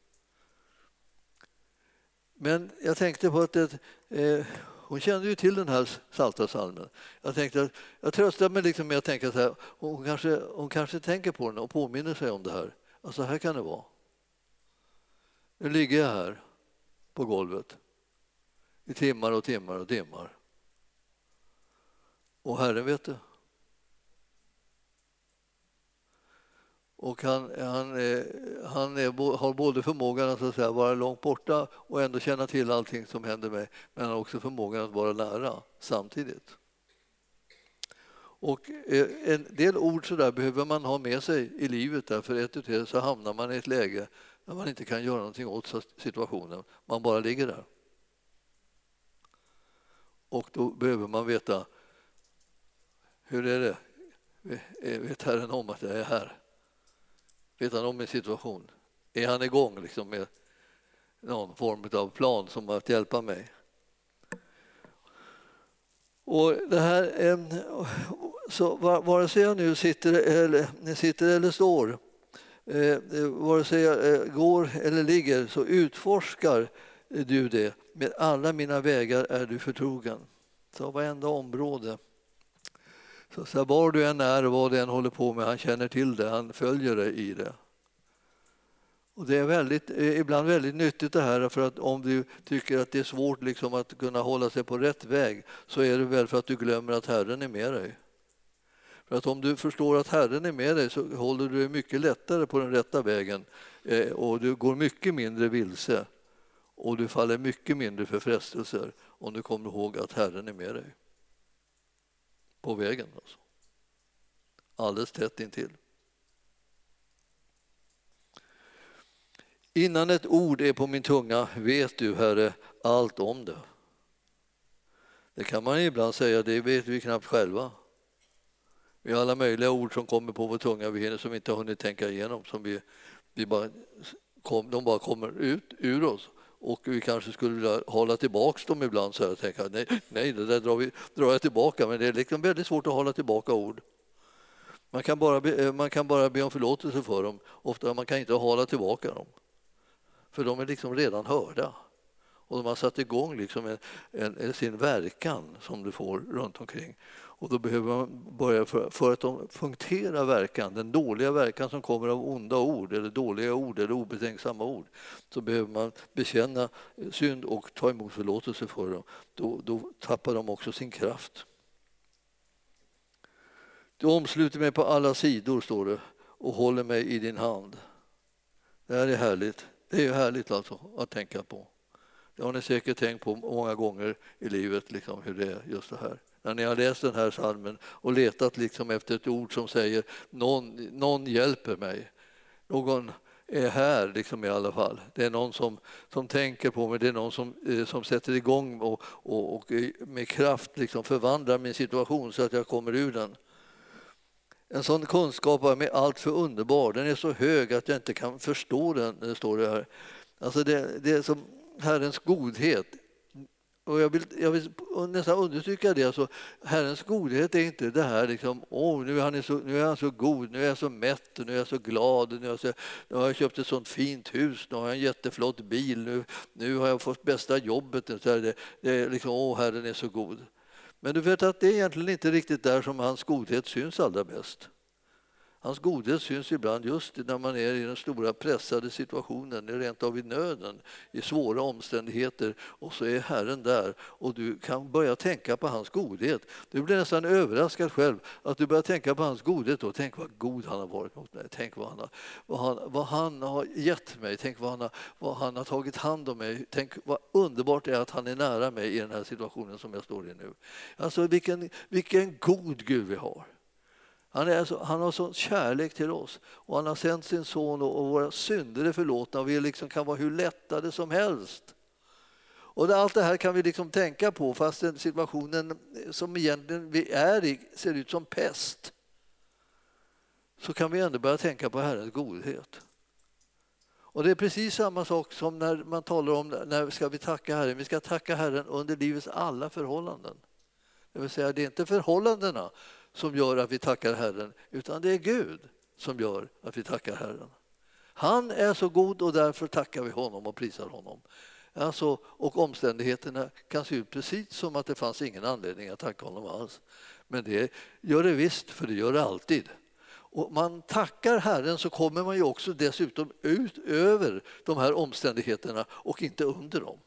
Men jag tänkte på att det, eh, hon kände ju till den här Psaltarpsalmen. Jag tänkte att jag tröstar mig liksom med att tänka så här, hon kanske, hon kanske tänker på den och påminner sig om det här. Alltså här kan det vara. Nu ligger jag här på golvet i timmar och timmar och timmar. Och Herren vet det. Och han, han, är, han är, har både förmågan att, så att säga, vara långt borta och ändå känna till allting som händer mig. Men han har också förmågan att vara nära samtidigt. Och en del ord så där behöver man ha med sig i livet. Där, för ett och tre så hamnar man i ett läge där man inte kan göra någonting åt situationen. Man bara ligger där. Och då behöver man veta, hur är det? Vet Herren om att jag är här? Vet han om min situation? Är han igång liksom med någon form av plan som att hjälpa mig? Och det här, så vare sig jag nu sitter eller, sitter eller står, vare sig jag går eller ligger, så utforskar du det. Med alla mina vägar är du förtrogen. Så varenda område. Så, så var du än är och vad du än håller på med, han känner till det, han följer dig i det. Och det är väldigt, ibland väldigt nyttigt det här, för att om du tycker att det är svårt liksom att kunna hålla sig på rätt väg, så är det väl för att du glömmer att Herren är med dig. För att om du förstår att Herren är med dig, så håller du dig mycket lättare på den rätta vägen, och du går mycket mindre vilse, och du faller mycket mindre för frestelser om du kommer ihåg att Herren är med dig. På vägen alltså. Alldeles tätt intill. Innan ett ord är på min tunga vet du, Herre, allt om det. Det kan man ibland säga, det vet vi knappt själva. Vi har alla möjliga ord som kommer på vår tunga vi hinner, som vi inte har hunnit tänka igenom, som vi, vi bara kom, de bara kommer ut ur oss. Och vi kanske skulle vilja hålla tillbaka dem ibland, så jag tänker, nej, nej, det där drar, vi, drar jag tillbaka. Men det är liksom väldigt svårt att hålla tillbaka ord. Man kan bara be, man kan bara be om förlåtelse för dem. Ofta man kan inte hålla tillbaka dem. För de är liksom redan hörda. Och de har satt igång liksom en, en, en, sin verkan som du får runt omkring. Och då behöver man börja, för, för att de punkterar verkan, den dåliga verkan som kommer av onda ord eller dåliga ord eller obetänksamma ord, så behöver man bekänna synd och ta emot förlåtelse för dem. Då, då tappar de också sin kraft. Du omsluter mig på alla sidor, står det, och håller mig i din hand. Det här är härligt. Det är ju härligt alltså att tänka på. Det har ni säkert tänkt på många gånger i livet, liksom, hur det är just det här. när ni har läst den här psalmen och letat liksom efter ett ord som säger någon, någon hjälper mig. Någon är här liksom i alla fall. Det är någon som, som tänker på mig, det är någon som, eh, som sätter igång och, och, och med kraft liksom förvandlar min situation så att jag kommer ur den. En sån kunskap är med allt för underbar. Den är så hög att jag inte kan förstå den, det står det här. Alltså det, det är som Herrens godhet. Och jag vill, jag vill nästan understryka det. Alltså, Herrens godhet är inte det här liksom, åh, nu är han så, nu är han så god, nu är jag så mätt, nu är jag så glad, nu, är jag så, nu har jag köpt ett sånt fint hus, nu har jag en jätteflott bil, nu, nu har jag fått bästa jobbet. Så här, det, det är liksom, åh, Herren är så god. Men du vet att det är egentligen inte riktigt där som hans godhet syns allra bäst. Hans godhet syns ibland just när man är i den stora pressade situationen, rent av i nöden, i svåra omständigheter, och så är Herren där och du kan börja tänka på hans godhet. Du blir nästan överraskad själv att du börjar tänka på hans godhet och tänk vad god han har varit mot mig. Tänk vad han har, vad han, vad han har gett mig, tänk vad han har, vad han har tagit hand om mig. Tänk vad underbart det är att han är nära mig i den här situationen som jag står i nu. Alltså vilken, vilken god Gud vi har. Han, är så, han har sån kärlek till oss och han har sänt sin son och, och våra synder är förlåtna och vi liksom kan vara hur lättade som helst. Och det, allt det här kan vi liksom tänka på fast den situationen som egentligen vi är i ser ut som pest. Så kan vi ändå börja tänka på Herrens godhet. Och det är precis samma sak som när man talar om när ska vi tacka Herren. Vi ska tacka Herren under livets alla förhållanden. Det vill säga det är inte förhållandena som gör att vi tackar Herren, utan det är Gud som gör att vi tackar Herren. Han är så god och därför tackar vi honom och prisar honom. Alltså, och omständigheterna kan se ut precis som att det fanns ingen anledning att tacka honom alls. Men det gör det visst, för det gör det alltid. Och man tackar Herren så kommer man ju också dessutom ut över de här omständigheterna och inte under dem.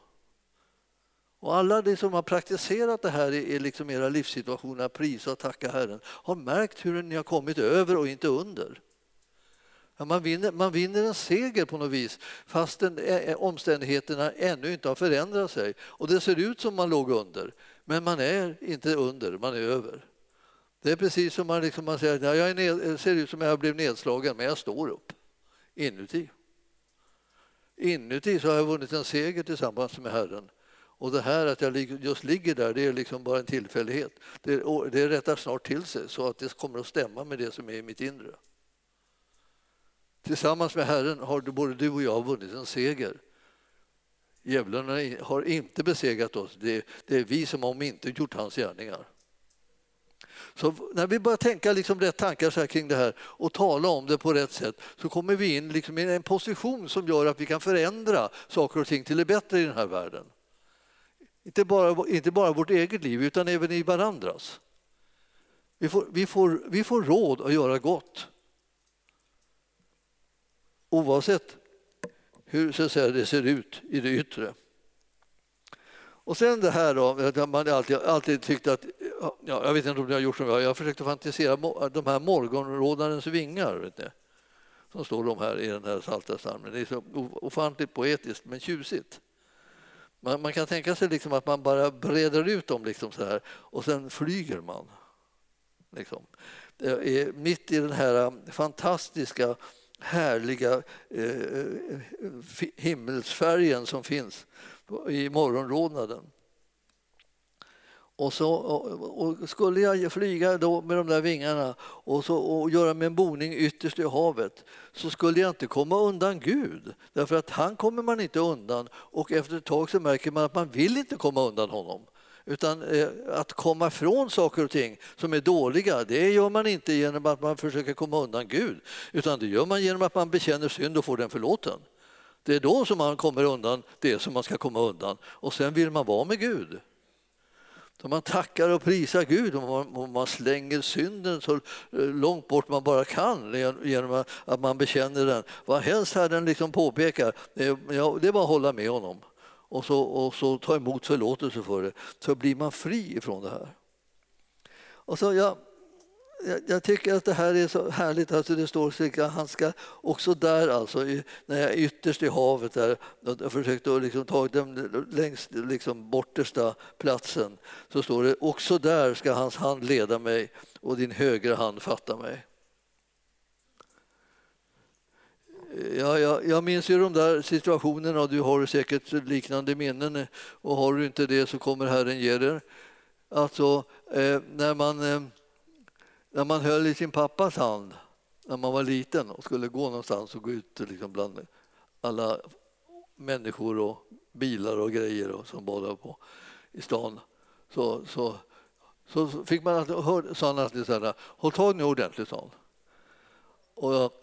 Och alla de som har praktiserat det här i liksom era livssituationer, prisa och tacka Herren, har märkt hur ni har kommit över och inte under. Ja, man, vinner, man vinner en seger på något vis fast den, omständigheterna ännu inte har förändrat sig. Och det ser ut som man låg under, men man är inte under, man är över. Det är precis som man, liksom, man säger att jag är ned, ser ut som jag blev nedslagen, men jag står upp inuti. Inuti så har jag vunnit en seger tillsammans med Herren. Och det här att jag just ligger där, det är liksom bara en tillfällighet. Det, det rättar snart till sig så att det kommer att stämma med det som är i mitt inre. Tillsammans med Herren har både du och jag vunnit en seger. Djävulen har inte besegrat oss. Det, det är vi som har inte gjort hans gärningar. Så när vi börjar tänka liksom rätt tankar så här kring det här och tala om det på rätt sätt så kommer vi in liksom i en position som gör att vi kan förändra saker och ting till det bättre i den här världen. Inte bara, inte bara vårt eget liv utan även i varandras. Vi får, vi får, vi får råd att göra gott. Oavsett hur så att säga, det ser ut i det yttre. Och sen det här då, man har alltid, alltid tyckt att, ja, jag vet inte om ni har gjort som jag, jag har försökt att fantisera de här morgonrådarens vingar, vet ni, som står de här i den här Psaltarpsalmen. Det är så ofantligt poetiskt men tjusigt. Man, man kan tänka sig liksom att man bara breder ut dem liksom så här, och sen flyger man. Liksom. Är mitt i den här fantastiska, härliga eh, himmelsfärgen som finns i morgonrodnaden. Och, så, och, och skulle jag flyga då med de där vingarna och, så, och göra min boning ytterst i havet så skulle jag inte komma undan Gud. Därför att han kommer man inte undan och efter ett tag så märker man att man vill inte komma undan honom. Utan eh, att komma från saker och ting som är dåliga, det gör man inte genom att man försöker komma undan Gud. Utan det gör man genom att man bekänner synd och får den förlåten. Det är då som man kommer undan det som man ska komma undan. Och sen vill man vara med Gud. Så man tackar och prisar Gud och man, och man slänger synden så långt bort man bara kan genom att man bekänner den. Vad helst Herren liksom påpekar, ja, det är bara att hålla med honom. Och så, och så ta emot förlåtelse för det. Så blir man fri ifrån det här. Och så, ja, jag, jag tycker att det här är så härligt. Alltså det står att han ska också där, alltså, i, när jag är ytterst i havet där, jag försökte liksom ta den längst liksom bortersta platsen, så står det också där ska hans hand leda mig och din högra hand fatta mig. Ja, jag, jag minns ju de där situationerna, och du har säkert liknande minnen, och har du inte det så kommer Herren ge er. Alltså eh, när man eh, när man höll i sin pappas hand när man var liten och skulle gå någonstans och gå ut liksom bland alla människor och bilar och grejer och som badade på i stan, så, så, så fick man alltid höra, sa han alltid så här: håll tag nu ordentligt, sa han. Och jag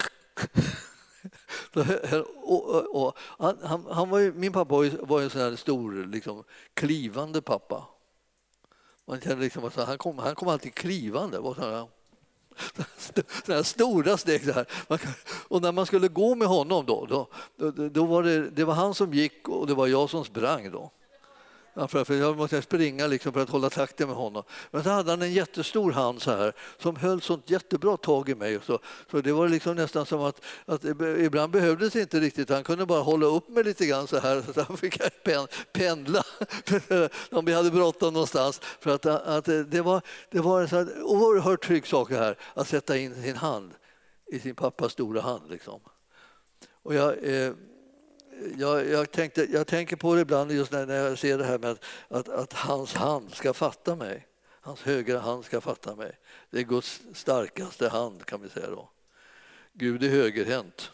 och, och, och, han, han, han var ju, min pappa var ju, var ju en sån här stor liksom, klivande pappa. Man kände liksom att han kom, han kom alltid klivande. Var så här, så här stora steg så här. Man, och när man skulle gå med honom då, då, då, då var det, det var han som gick och det var jag som sprang då. Ja, för jag måste springa liksom för att hålla takten med honom. Men så hade han en jättestor hand så här som höll sånt jättebra tag i mig. Så, så det var liksom nästan som att, att ibland behövdes inte riktigt. Han kunde bara hålla upp mig lite grann så här, så han fick pendla om vi hade bråttom någonstans. För att, att det var, det var en så här oerhört trygg sak här att sätta in sin hand i sin pappas stora hand liksom. Och jag... Eh, Jag, jag, tänkte, jag tänker på det ibland just när, när jag ser det här med att, att, att hans hand ska fatta mig. Hans högra hand ska fatta mig. Det är Guds starkaste hand, kan vi säga då. Gud är högerhänt.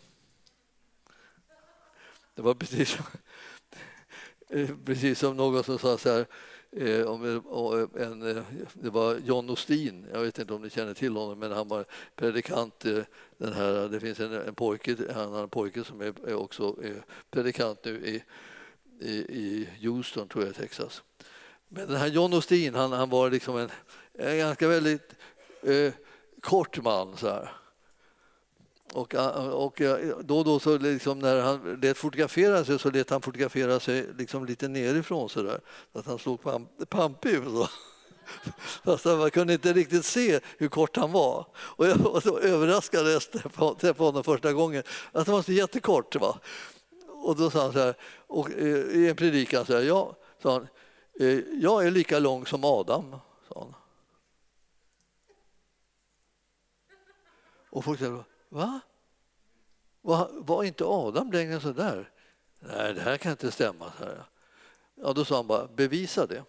Det var precis, precis som någon som sa så här, eh, om en, det var John Osteen, jag vet inte om ni känner till honom, men han var predikant. Eh, den här, det finns en, en pojke, en annan pojke som är, är också är predikant nu i, i, i Houston, tror jag, Texas. Men den här John Osteen, han, han var liksom en, en ganska väldigt eh, kort man så här. Och, och då och då så liksom när han lät fotografera sig så lät han fotografera sig liksom lite nerifrån så där, så att han slog pampig så. Fast man kunde inte riktigt se hur kort han var. Och jag var så överraskad när jag träffade honom första gången att han var så jättekort. Va? Och då sa han så här, och i en predikan så här, ja, sa han, jag är lika lång som Adam, sa han. Och folk sa, va? Var, var inte Adam längre så där? Nej, det här kan inte stämma. Så här. Ja, då sa han bara, bevisa det.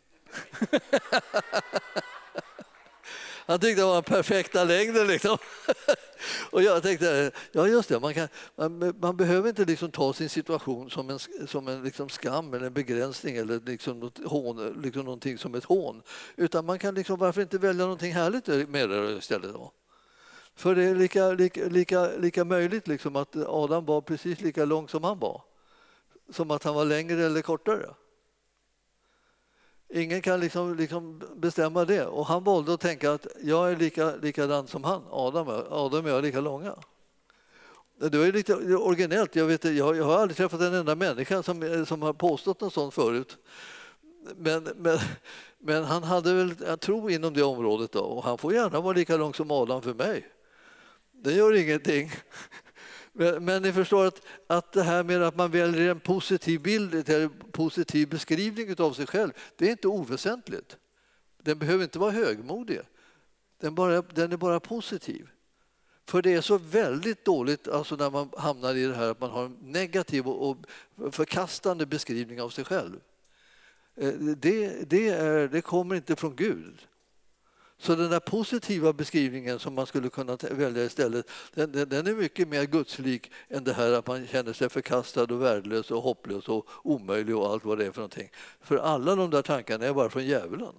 Han tyckte det var den perfekta längden liksom. Och jag tänkte, ja just det, man, kan, man, man behöver inte liksom ta sin situation som en, som en liksom skam eller en begränsning eller liksom något hån, liksom någonting som ett hån. Utan man kan liksom, varför inte välja någonting härligt med det istället då? För det är lika, lika, lika, lika möjligt liksom att Adam var precis lika lång som han var. Som att han var längre eller kortare. Ingen kan liksom, liksom bestämma det. Och han valde att tänka att jag är lika, likadan som han. Adam, Adam och jag är lika långa. Det är lite originellt. Jag, vet, jag, jag har aldrig träffat en enda människa som, som har påstått något sånt förut. Men, men, men han hade väl en tro inom det området då. Och han får gärna vara lika lång som Adam för mig. Det gör ingenting. Men, men ni förstår att, att det här med att man väljer en positiv bild, en positiv beskrivning av sig själv, det är inte oväsentligt. Den behöver inte vara högmodig. Den, bara, den är bara positiv. För det är så väldigt dåligt alltså när man hamnar i det här att man har en negativ och förkastande beskrivning av sig själv. Det, det, är, det kommer inte från Gud. Så den där positiva beskrivningen som man skulle kunna välja istället, den, den är mycket mer gudslik än det här att man känner sig förkastad och värdelös och hopplös och omöjlig och allt vad det är för någonting. För alla de där tankarna är bara från djävulen.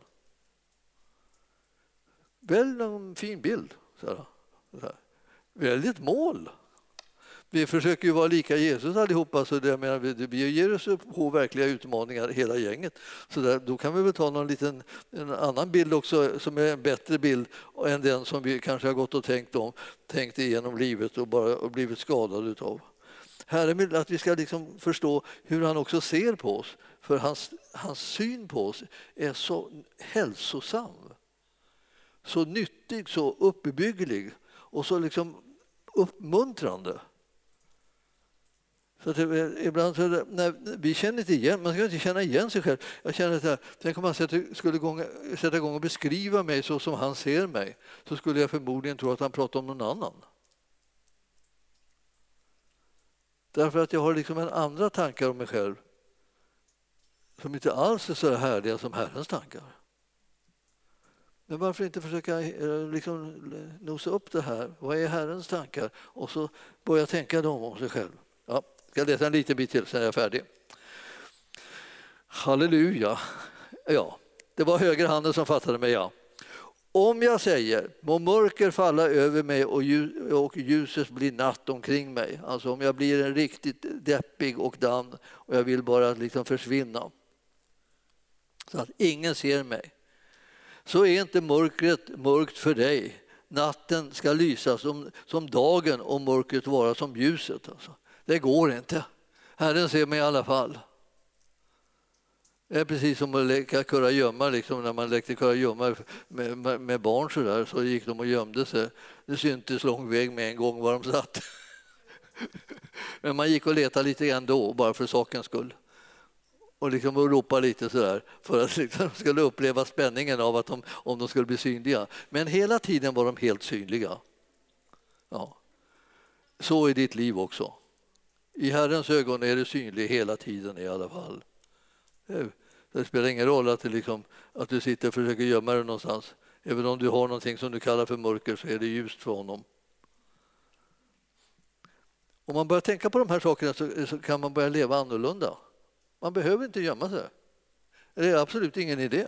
Välj en fin bild. Så här. Så här. Välj ett mål. Vi försöker ju vara lika Jesus allihopa, så det, menar, vi, vi ger oss på verkliga utmaningar hela gänget. Så där, då kan vi väl ta någon liten, en annan bild också som är en bättre bild än den som vi kanske har gått och tänkt om, tänkt igenom livet och bara och blivit skadade utav. Herren vill att vi ska liksom förstå hur han också ser på oss, för hans, hans syn på oss är så hälsosam. så nyttig, så uppbygglig och så liksom uppmuntrande. Så att det, ibland så det, när vi känner inte igen, man ska inte känna igen sig själv. Jag känner att här, tänk om man sätter, skulle gång, sätta igång och beskriva mig så som han ser mig, så skulle jag förmodligen tro att han pratar om någon annan. Därför att jag har liksom en andra tankar om mig själv som inte alls är så härliga som Herrens tankar. Men varför inte försöka liksom nosa upp det här? Vad är Herrens tankar? Och så börja tänka dem om sig själv. Ja, jag ska läsa en liten bit till, sen är jag färdig. Halleluja. Ja, det var högerhanden som fattade mig, ja. Om jag säger, må mörker falla över mig och, ljus, och ljuset blir natt omkring mig. Alltså om jag blir en riktigt deppig och damm och jag vill bara liksom försvinna. Så att ingen ser mig. Så är inte mörkret mörkt för dig. Natten ska lysa som, som dagen och mörkret vara som ljuset. Alltså. Det går inte. Herren ser mig i alla fall. Det är precis som att leka kurragömma, liksom när man lekte kurragömma med, med, med barn så där, så gick de och gömde sig. Det syntes lång väg med en gång var de satt. Men man gick och letade lite grann då, bara för sakens skull. Och liksom ropa lite så där för att liksom de skulle uppleva spänningen av att de, om de skulle bli synliga. Men hela tiden var de helt synliga. Ja. Så är ditt liv också. I Herrens ögon är det synlig hela tiden i alla fall. Det spelar ingen roll att, det liksom, att du sitter och försöker gömma dig någonstans. Även om du har någonting som du kallar för mörker så är det ljust för honom. Om man börjar tänka på de här sakerna så, så kan man börja leva annorlunda. Man behöver inte gömma sig. Det är absolut ingen idé.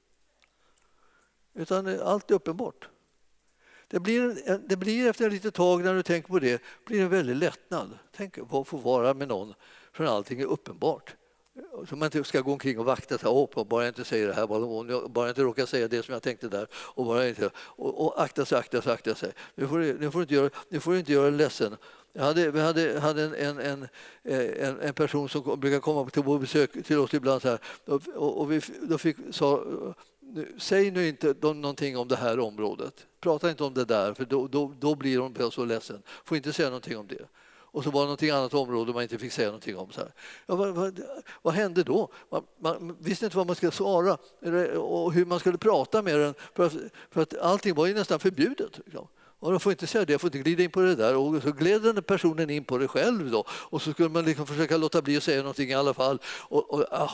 Utan allt är uppenbart. Det blir, det blir efter ett litet tag när du tänker på det blir en väldigt lättnad. Tänk på att få vara med någon för allting är uppenbart. Så man inte ska gå omkring och vakta sig upp och bara inte säga det här, bara, bara inte råka säga det som jag tänkte där och bara inte och, och akta sig, akta sig, akta sig. Nu får du, nu får du inte göra, nu får du inte göra ledsen. Jag hade, vi hade, hade en, en, en, en, en person som brukar komma till vår besök till oss ibland så här och, och vi då fick sa säg nu inte någonting om det här området. Prata inte om det där för då, då, då blir de så ledsen. Får inte säga någonting om det. Och så var det någonting annat område man inte fick säga någonting om. Så här. Ja, vad, vad, vad hände då? Man, man visste inte vad man skulle svara och hur man skulle prata med den. För att, för att allting var ju nästan förbjudet. Liksom. Och de får inte säga det, jag får inte glida in på det där. Och så gled den personen in på det själv då. Och så skulle man liksom försöka låta bli att säga någonting i alla fall. Och, och, ah,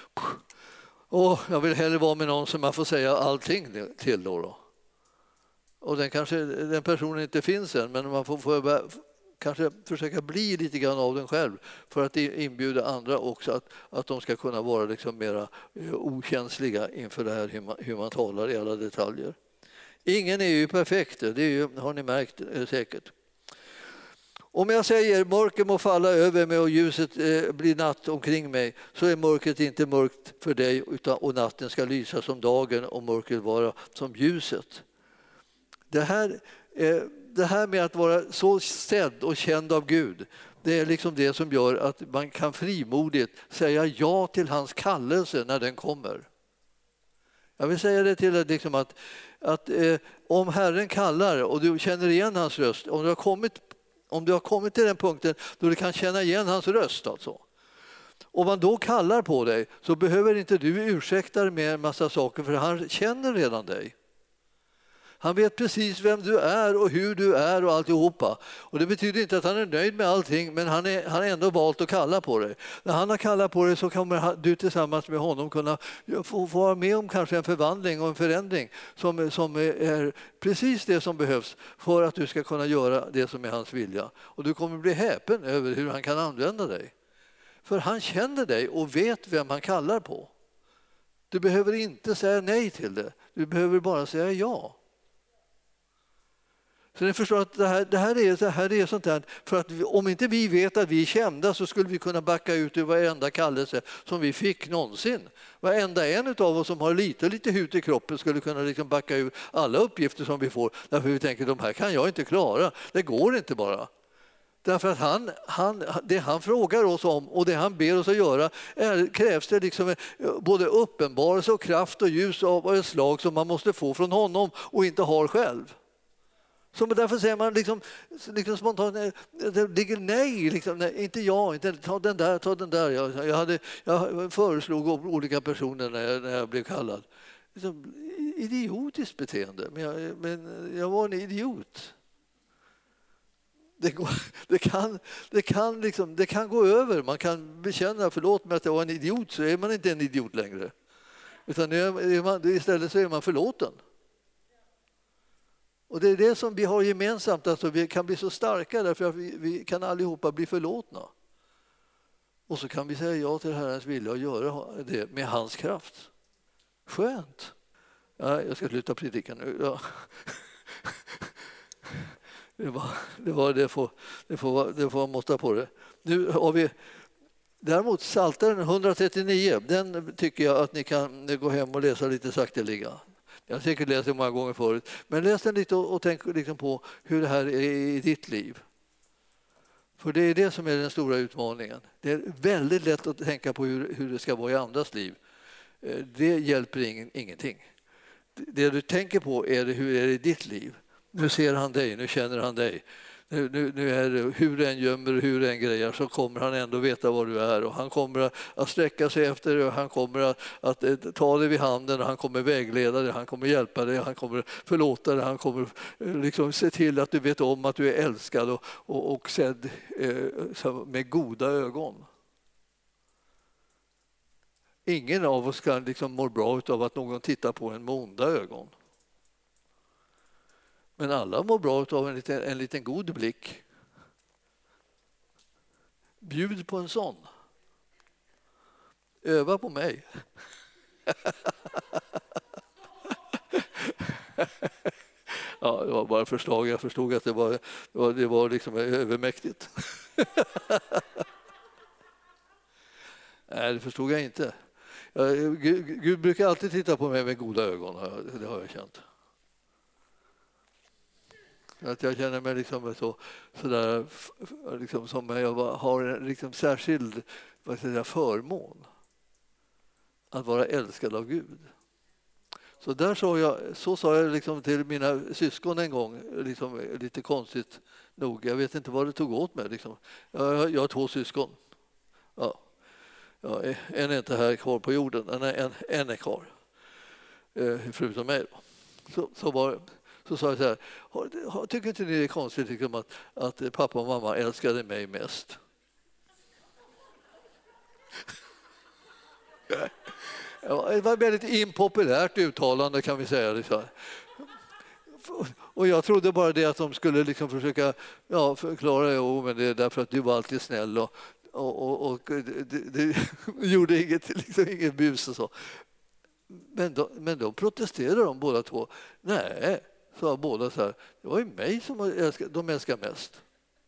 och jag vill hellre vara med någon som man får säga allting till då. då. Och den, kanske, den personen inte finns än, men man får... får kanske försöka bli lite grann av den själv för att inbjuda andra också att, att de ska kunna vara liksom mera okänsliga inför det här hur man, hur man talar i alla detaljer. Ingen är ju perfekt, det är ju, har ni märkt säkert. Om jag säger mörker må falla över mig och ljuset eh, blir natt omkring mig så är mörkret inte mörkt för dig utan, och natten ska lysa som dagen och mörkret vara som ljuset. Det här eh, Det här med att vara så sedd och känd av Gud, det är liksom det som gör att man kan frimodigt säga ja till hans kallelse när den kommer. Jag vill säga det till liksom att, att eh, om Herren kallar och du känner igen hans röst, om du har kommit, om du har kommit till den punkten då du kan känna igen hans röst alltså. Om man då kallar på dig så behöver inte du ursäkta dig med en massa saker för han känner redan dig. Han vet precis vem du är och hur du är och alltihopa. Och det betyder inte att han är nöjd med allting, men han är, han har ändå valt att kalla på dig. När han har kallat på dig så kommer du tillsammans med honom kunna få, få vara med om kanske en förvandling och en förändring som, som är precis det som behövs för att du ska kunna göra det som är hans vilja. Och du kommer bli häpen över hur han kan använda dig. För han känner dig och vet vem han kallar på. Du behöver inte säga nej till det. Du behöver bara säga ja. Så ni förstår att det här, det här, är, det här är sånt där, för att vi, om inte vi vet att vi är kända så skulle vi kunna backa ut ur varenda kallelse som vi fick någonsin. Varenda en av oss som har lite lite hut i kroppen skulle kunna liksom backa ur alla uppgifter som vi får. Därför vi tänker, de här kan jag inte klara. Det går inte bara. Därför att han, han, det han frågar oss om och det han ber oss att göra är, krävs det liksom både uppenbarelse och kraft och ljus av ett slag som man måste få från honom och inte har själv. Så därför säger man liksom, liksom spontant, det ligger nej, liksom, nej, inte jag, inte, ta den där, ta den där. Jag, jag, hade, jag föreslog olika personer när jag, när jag blev kallad. Liksom, idiotiskt beteende, men jag, men jag var en idiot. Det, går, det, kan, det, kan liksom, det kan gå över, man kan bekänna, förlåt mig att jag var en idiot, så är man inte en idiot längre. Utan är man, istället så är man förlåten. Och det är det som vi har gemensamt, alltså vi kan bli så starka därför att vi, vi kan allihopa bli förlåtna. Och så kan vi säga ja till Herrens vilja och göra det med hans kraft. Skönt. Ja, jag ska sluta predikan nu. Ja. Det var det, var, det, får, det, får, det får måtta på det. Nu har vi däremot Psaltaren etthundratrettionio. Den tycker jag att ni kan gå hem och läsa lite sakteliga. Jag har säkert läst det många gånger förut. Men läs den lite och, och tänk liksom på hur det här är i ditt liv. För det är det som är den stora utmaningen. Det är väldigt lätt att tänka på hur, hur det ska vara i andras liv. Det hjälper ingen, ingenting. Det du tänker på är det, hur är det i ditt liv. Nu ser han dig, nu känner han dig. Nu, nu, nu är det, hur en gömmer, hur en grejer, så kommer han ändå veta var du är. Och han kommer att, att sträcka sig efter dig, och han kommer att, att, att ta dig vid handen, och han kommer vägleda dig, han kommer hjälpa dig, han kommer förlåta dig, han kommer liksom se till att du vet om att du är älskad och, och, och sedd eh, med goda ögon. Ingen av oss kan liksom må bra av att någon tittar på en med onda ögon. Men alla mår bra av en liten, en liten god blick. Bjud på en sån. Öva på mig. Ja, det var bara förslag. Jag förstod att det var, det var, det var liksom övermäktigt. Nej, det förstod jag inte. Gud, Gud brukar alltid titta på mig med goda ögon. Det har jag känt. Att jag känner mig liksom så, så där, liksom som jag har en liksom särskild, vad ska jag säga, förmån att vara älskad av Gud. Så där sa jag, så sa jag liksom till mina syskon en gång, liksom, lite konstigt nog. Jag vet inte vad det tog åt mig. Liksom. Jag, jag har två syskon. Ja. Ja, en är inte här kvar på jorden, en, en, en är kvar. Förutom mig då. Så, så var det. Så sa jag så här, tycker inte ni det är konstigt liksom, att, att pappa och mamma älskade mig mest? Det var ett väldigt impopulärt uttalande, kan vi säga. Liksom. Och jag trodde bara det att de skulle liksom försöka ja, förklara det, oh, men det är därför att du var alltid snäll och, och, och, och det, det gjorde inget, liksom, inget bus och så. Men de, men de protesterade de båda två. Nej, sa båda så här, det var ju mig som älskar, de älskar mest.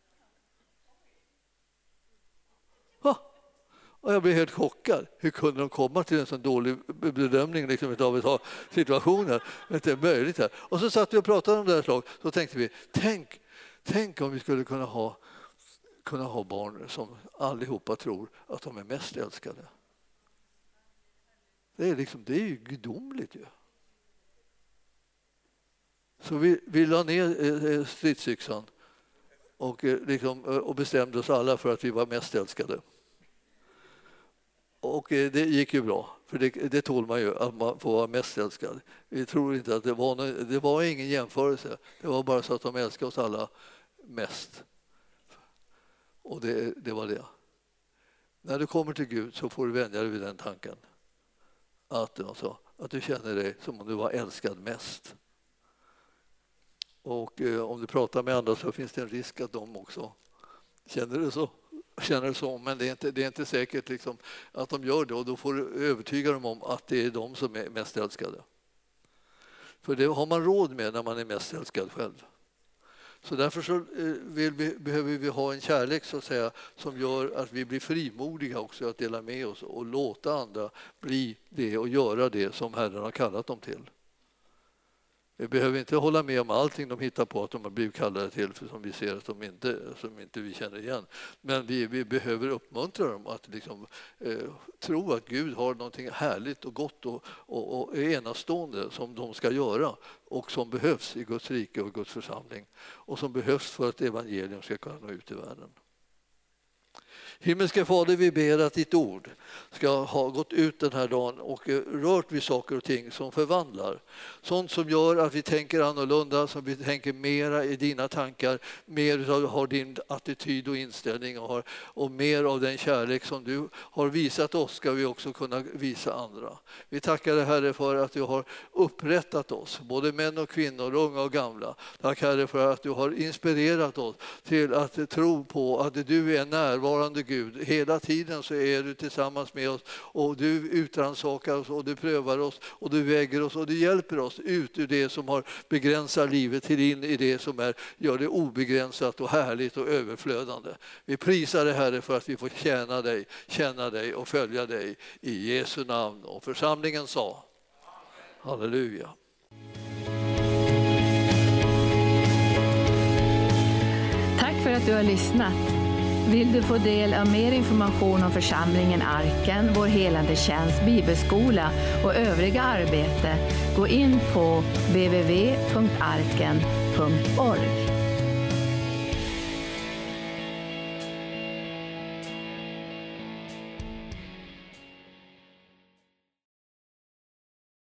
Ha! Och jag blev helt chockad. Hur kunde de komma till en sån dålig bedömning liksom, av situationen? Det är möjligt här. Och så satt vi och pratade om det här slag. Så tänkte vi, tänk, tänk om vi skulle kunna ha, kunna ha barn som allihopa tror att de är mest älskade. Det är, liksom, det är ju gudomligt ju. Så vi, vi la ner stridsyxan och, liksom, och bestämde oss alla för att vi var mest älskade. Och det gick ju bra, för det, det tål man ju att man får vara mest älskad. Vi tror inte att det var, någon, det var ingen jämförelse. Det var bara så att de älskade oss alla mest. Och det, det var det. När du kommer till Gud så får du vänja dig vid den tanken. Att, alltså, att du känner dig som om du var älskad mest. Och eh, om du pratar med andra så finns det en risk att de också känner det så. Känner det så, men det är inte, det är inte säkert liksom, att de gör det, och då får du övertyga dem om att det är de som är mest älskade. För det har man råd med när man är mest älskad själv. Så därför så vill vi, behöver vi ha en kärlek så att säga, som gör att vi blir frimodiga också att dela med oss och låta andra bli det och göra det som Herren har kallat dem till. Vi behöver inte hålla med om allting de hittar på att de har blivit kallade till, för som vi ser att de inte, som inte vi känner igen. Men vi, vi behöver uppmuntra dem att liksom, eh, tro att Gud har någonting härligt och gott och, och, och enastående som de ska göra och som behövs i Guds rike och Guds församling och som behövs för att evangelium ska kunna nå ut i världen. Himmelske Fader, vi ber att ditt ord ska ha gått ut den här dagen och rört vid saker och ting som förvandlar. Sånt som gör att vi tänker annorlunda, som vi tänker mera i dina tankar, mer av, har din attityd och inställning och, har, och mer av den kärlek som du har visat oss ska vi också kunna visa andra. Vi tackar dig, Herre, för att du har upprättat oss, både män och kvinnor, unga och gamla. Tack, Herre, för att du har inspirerat oss till att tro på att du är närvarande Gud. Hela tiden så är du tillsammans med oss och du utransakar oss och du prövar oss och du väger oss och du hjälper oss ut ur det som har begränsat livet till in i det som är, gör det obegränsat och härligt och överflödande. Vi prisar dig, Herre, för att vi får tjäna dig, känna dig och följa dig i Jesu namn. Och församlingen sa halleluja. Tack för att du har lyssnat. Vill du få del av mer information om församlingen Arken, vår helande tjänst, bibelskola och övriga arbete, gå in på w w w punkt arken punkt org.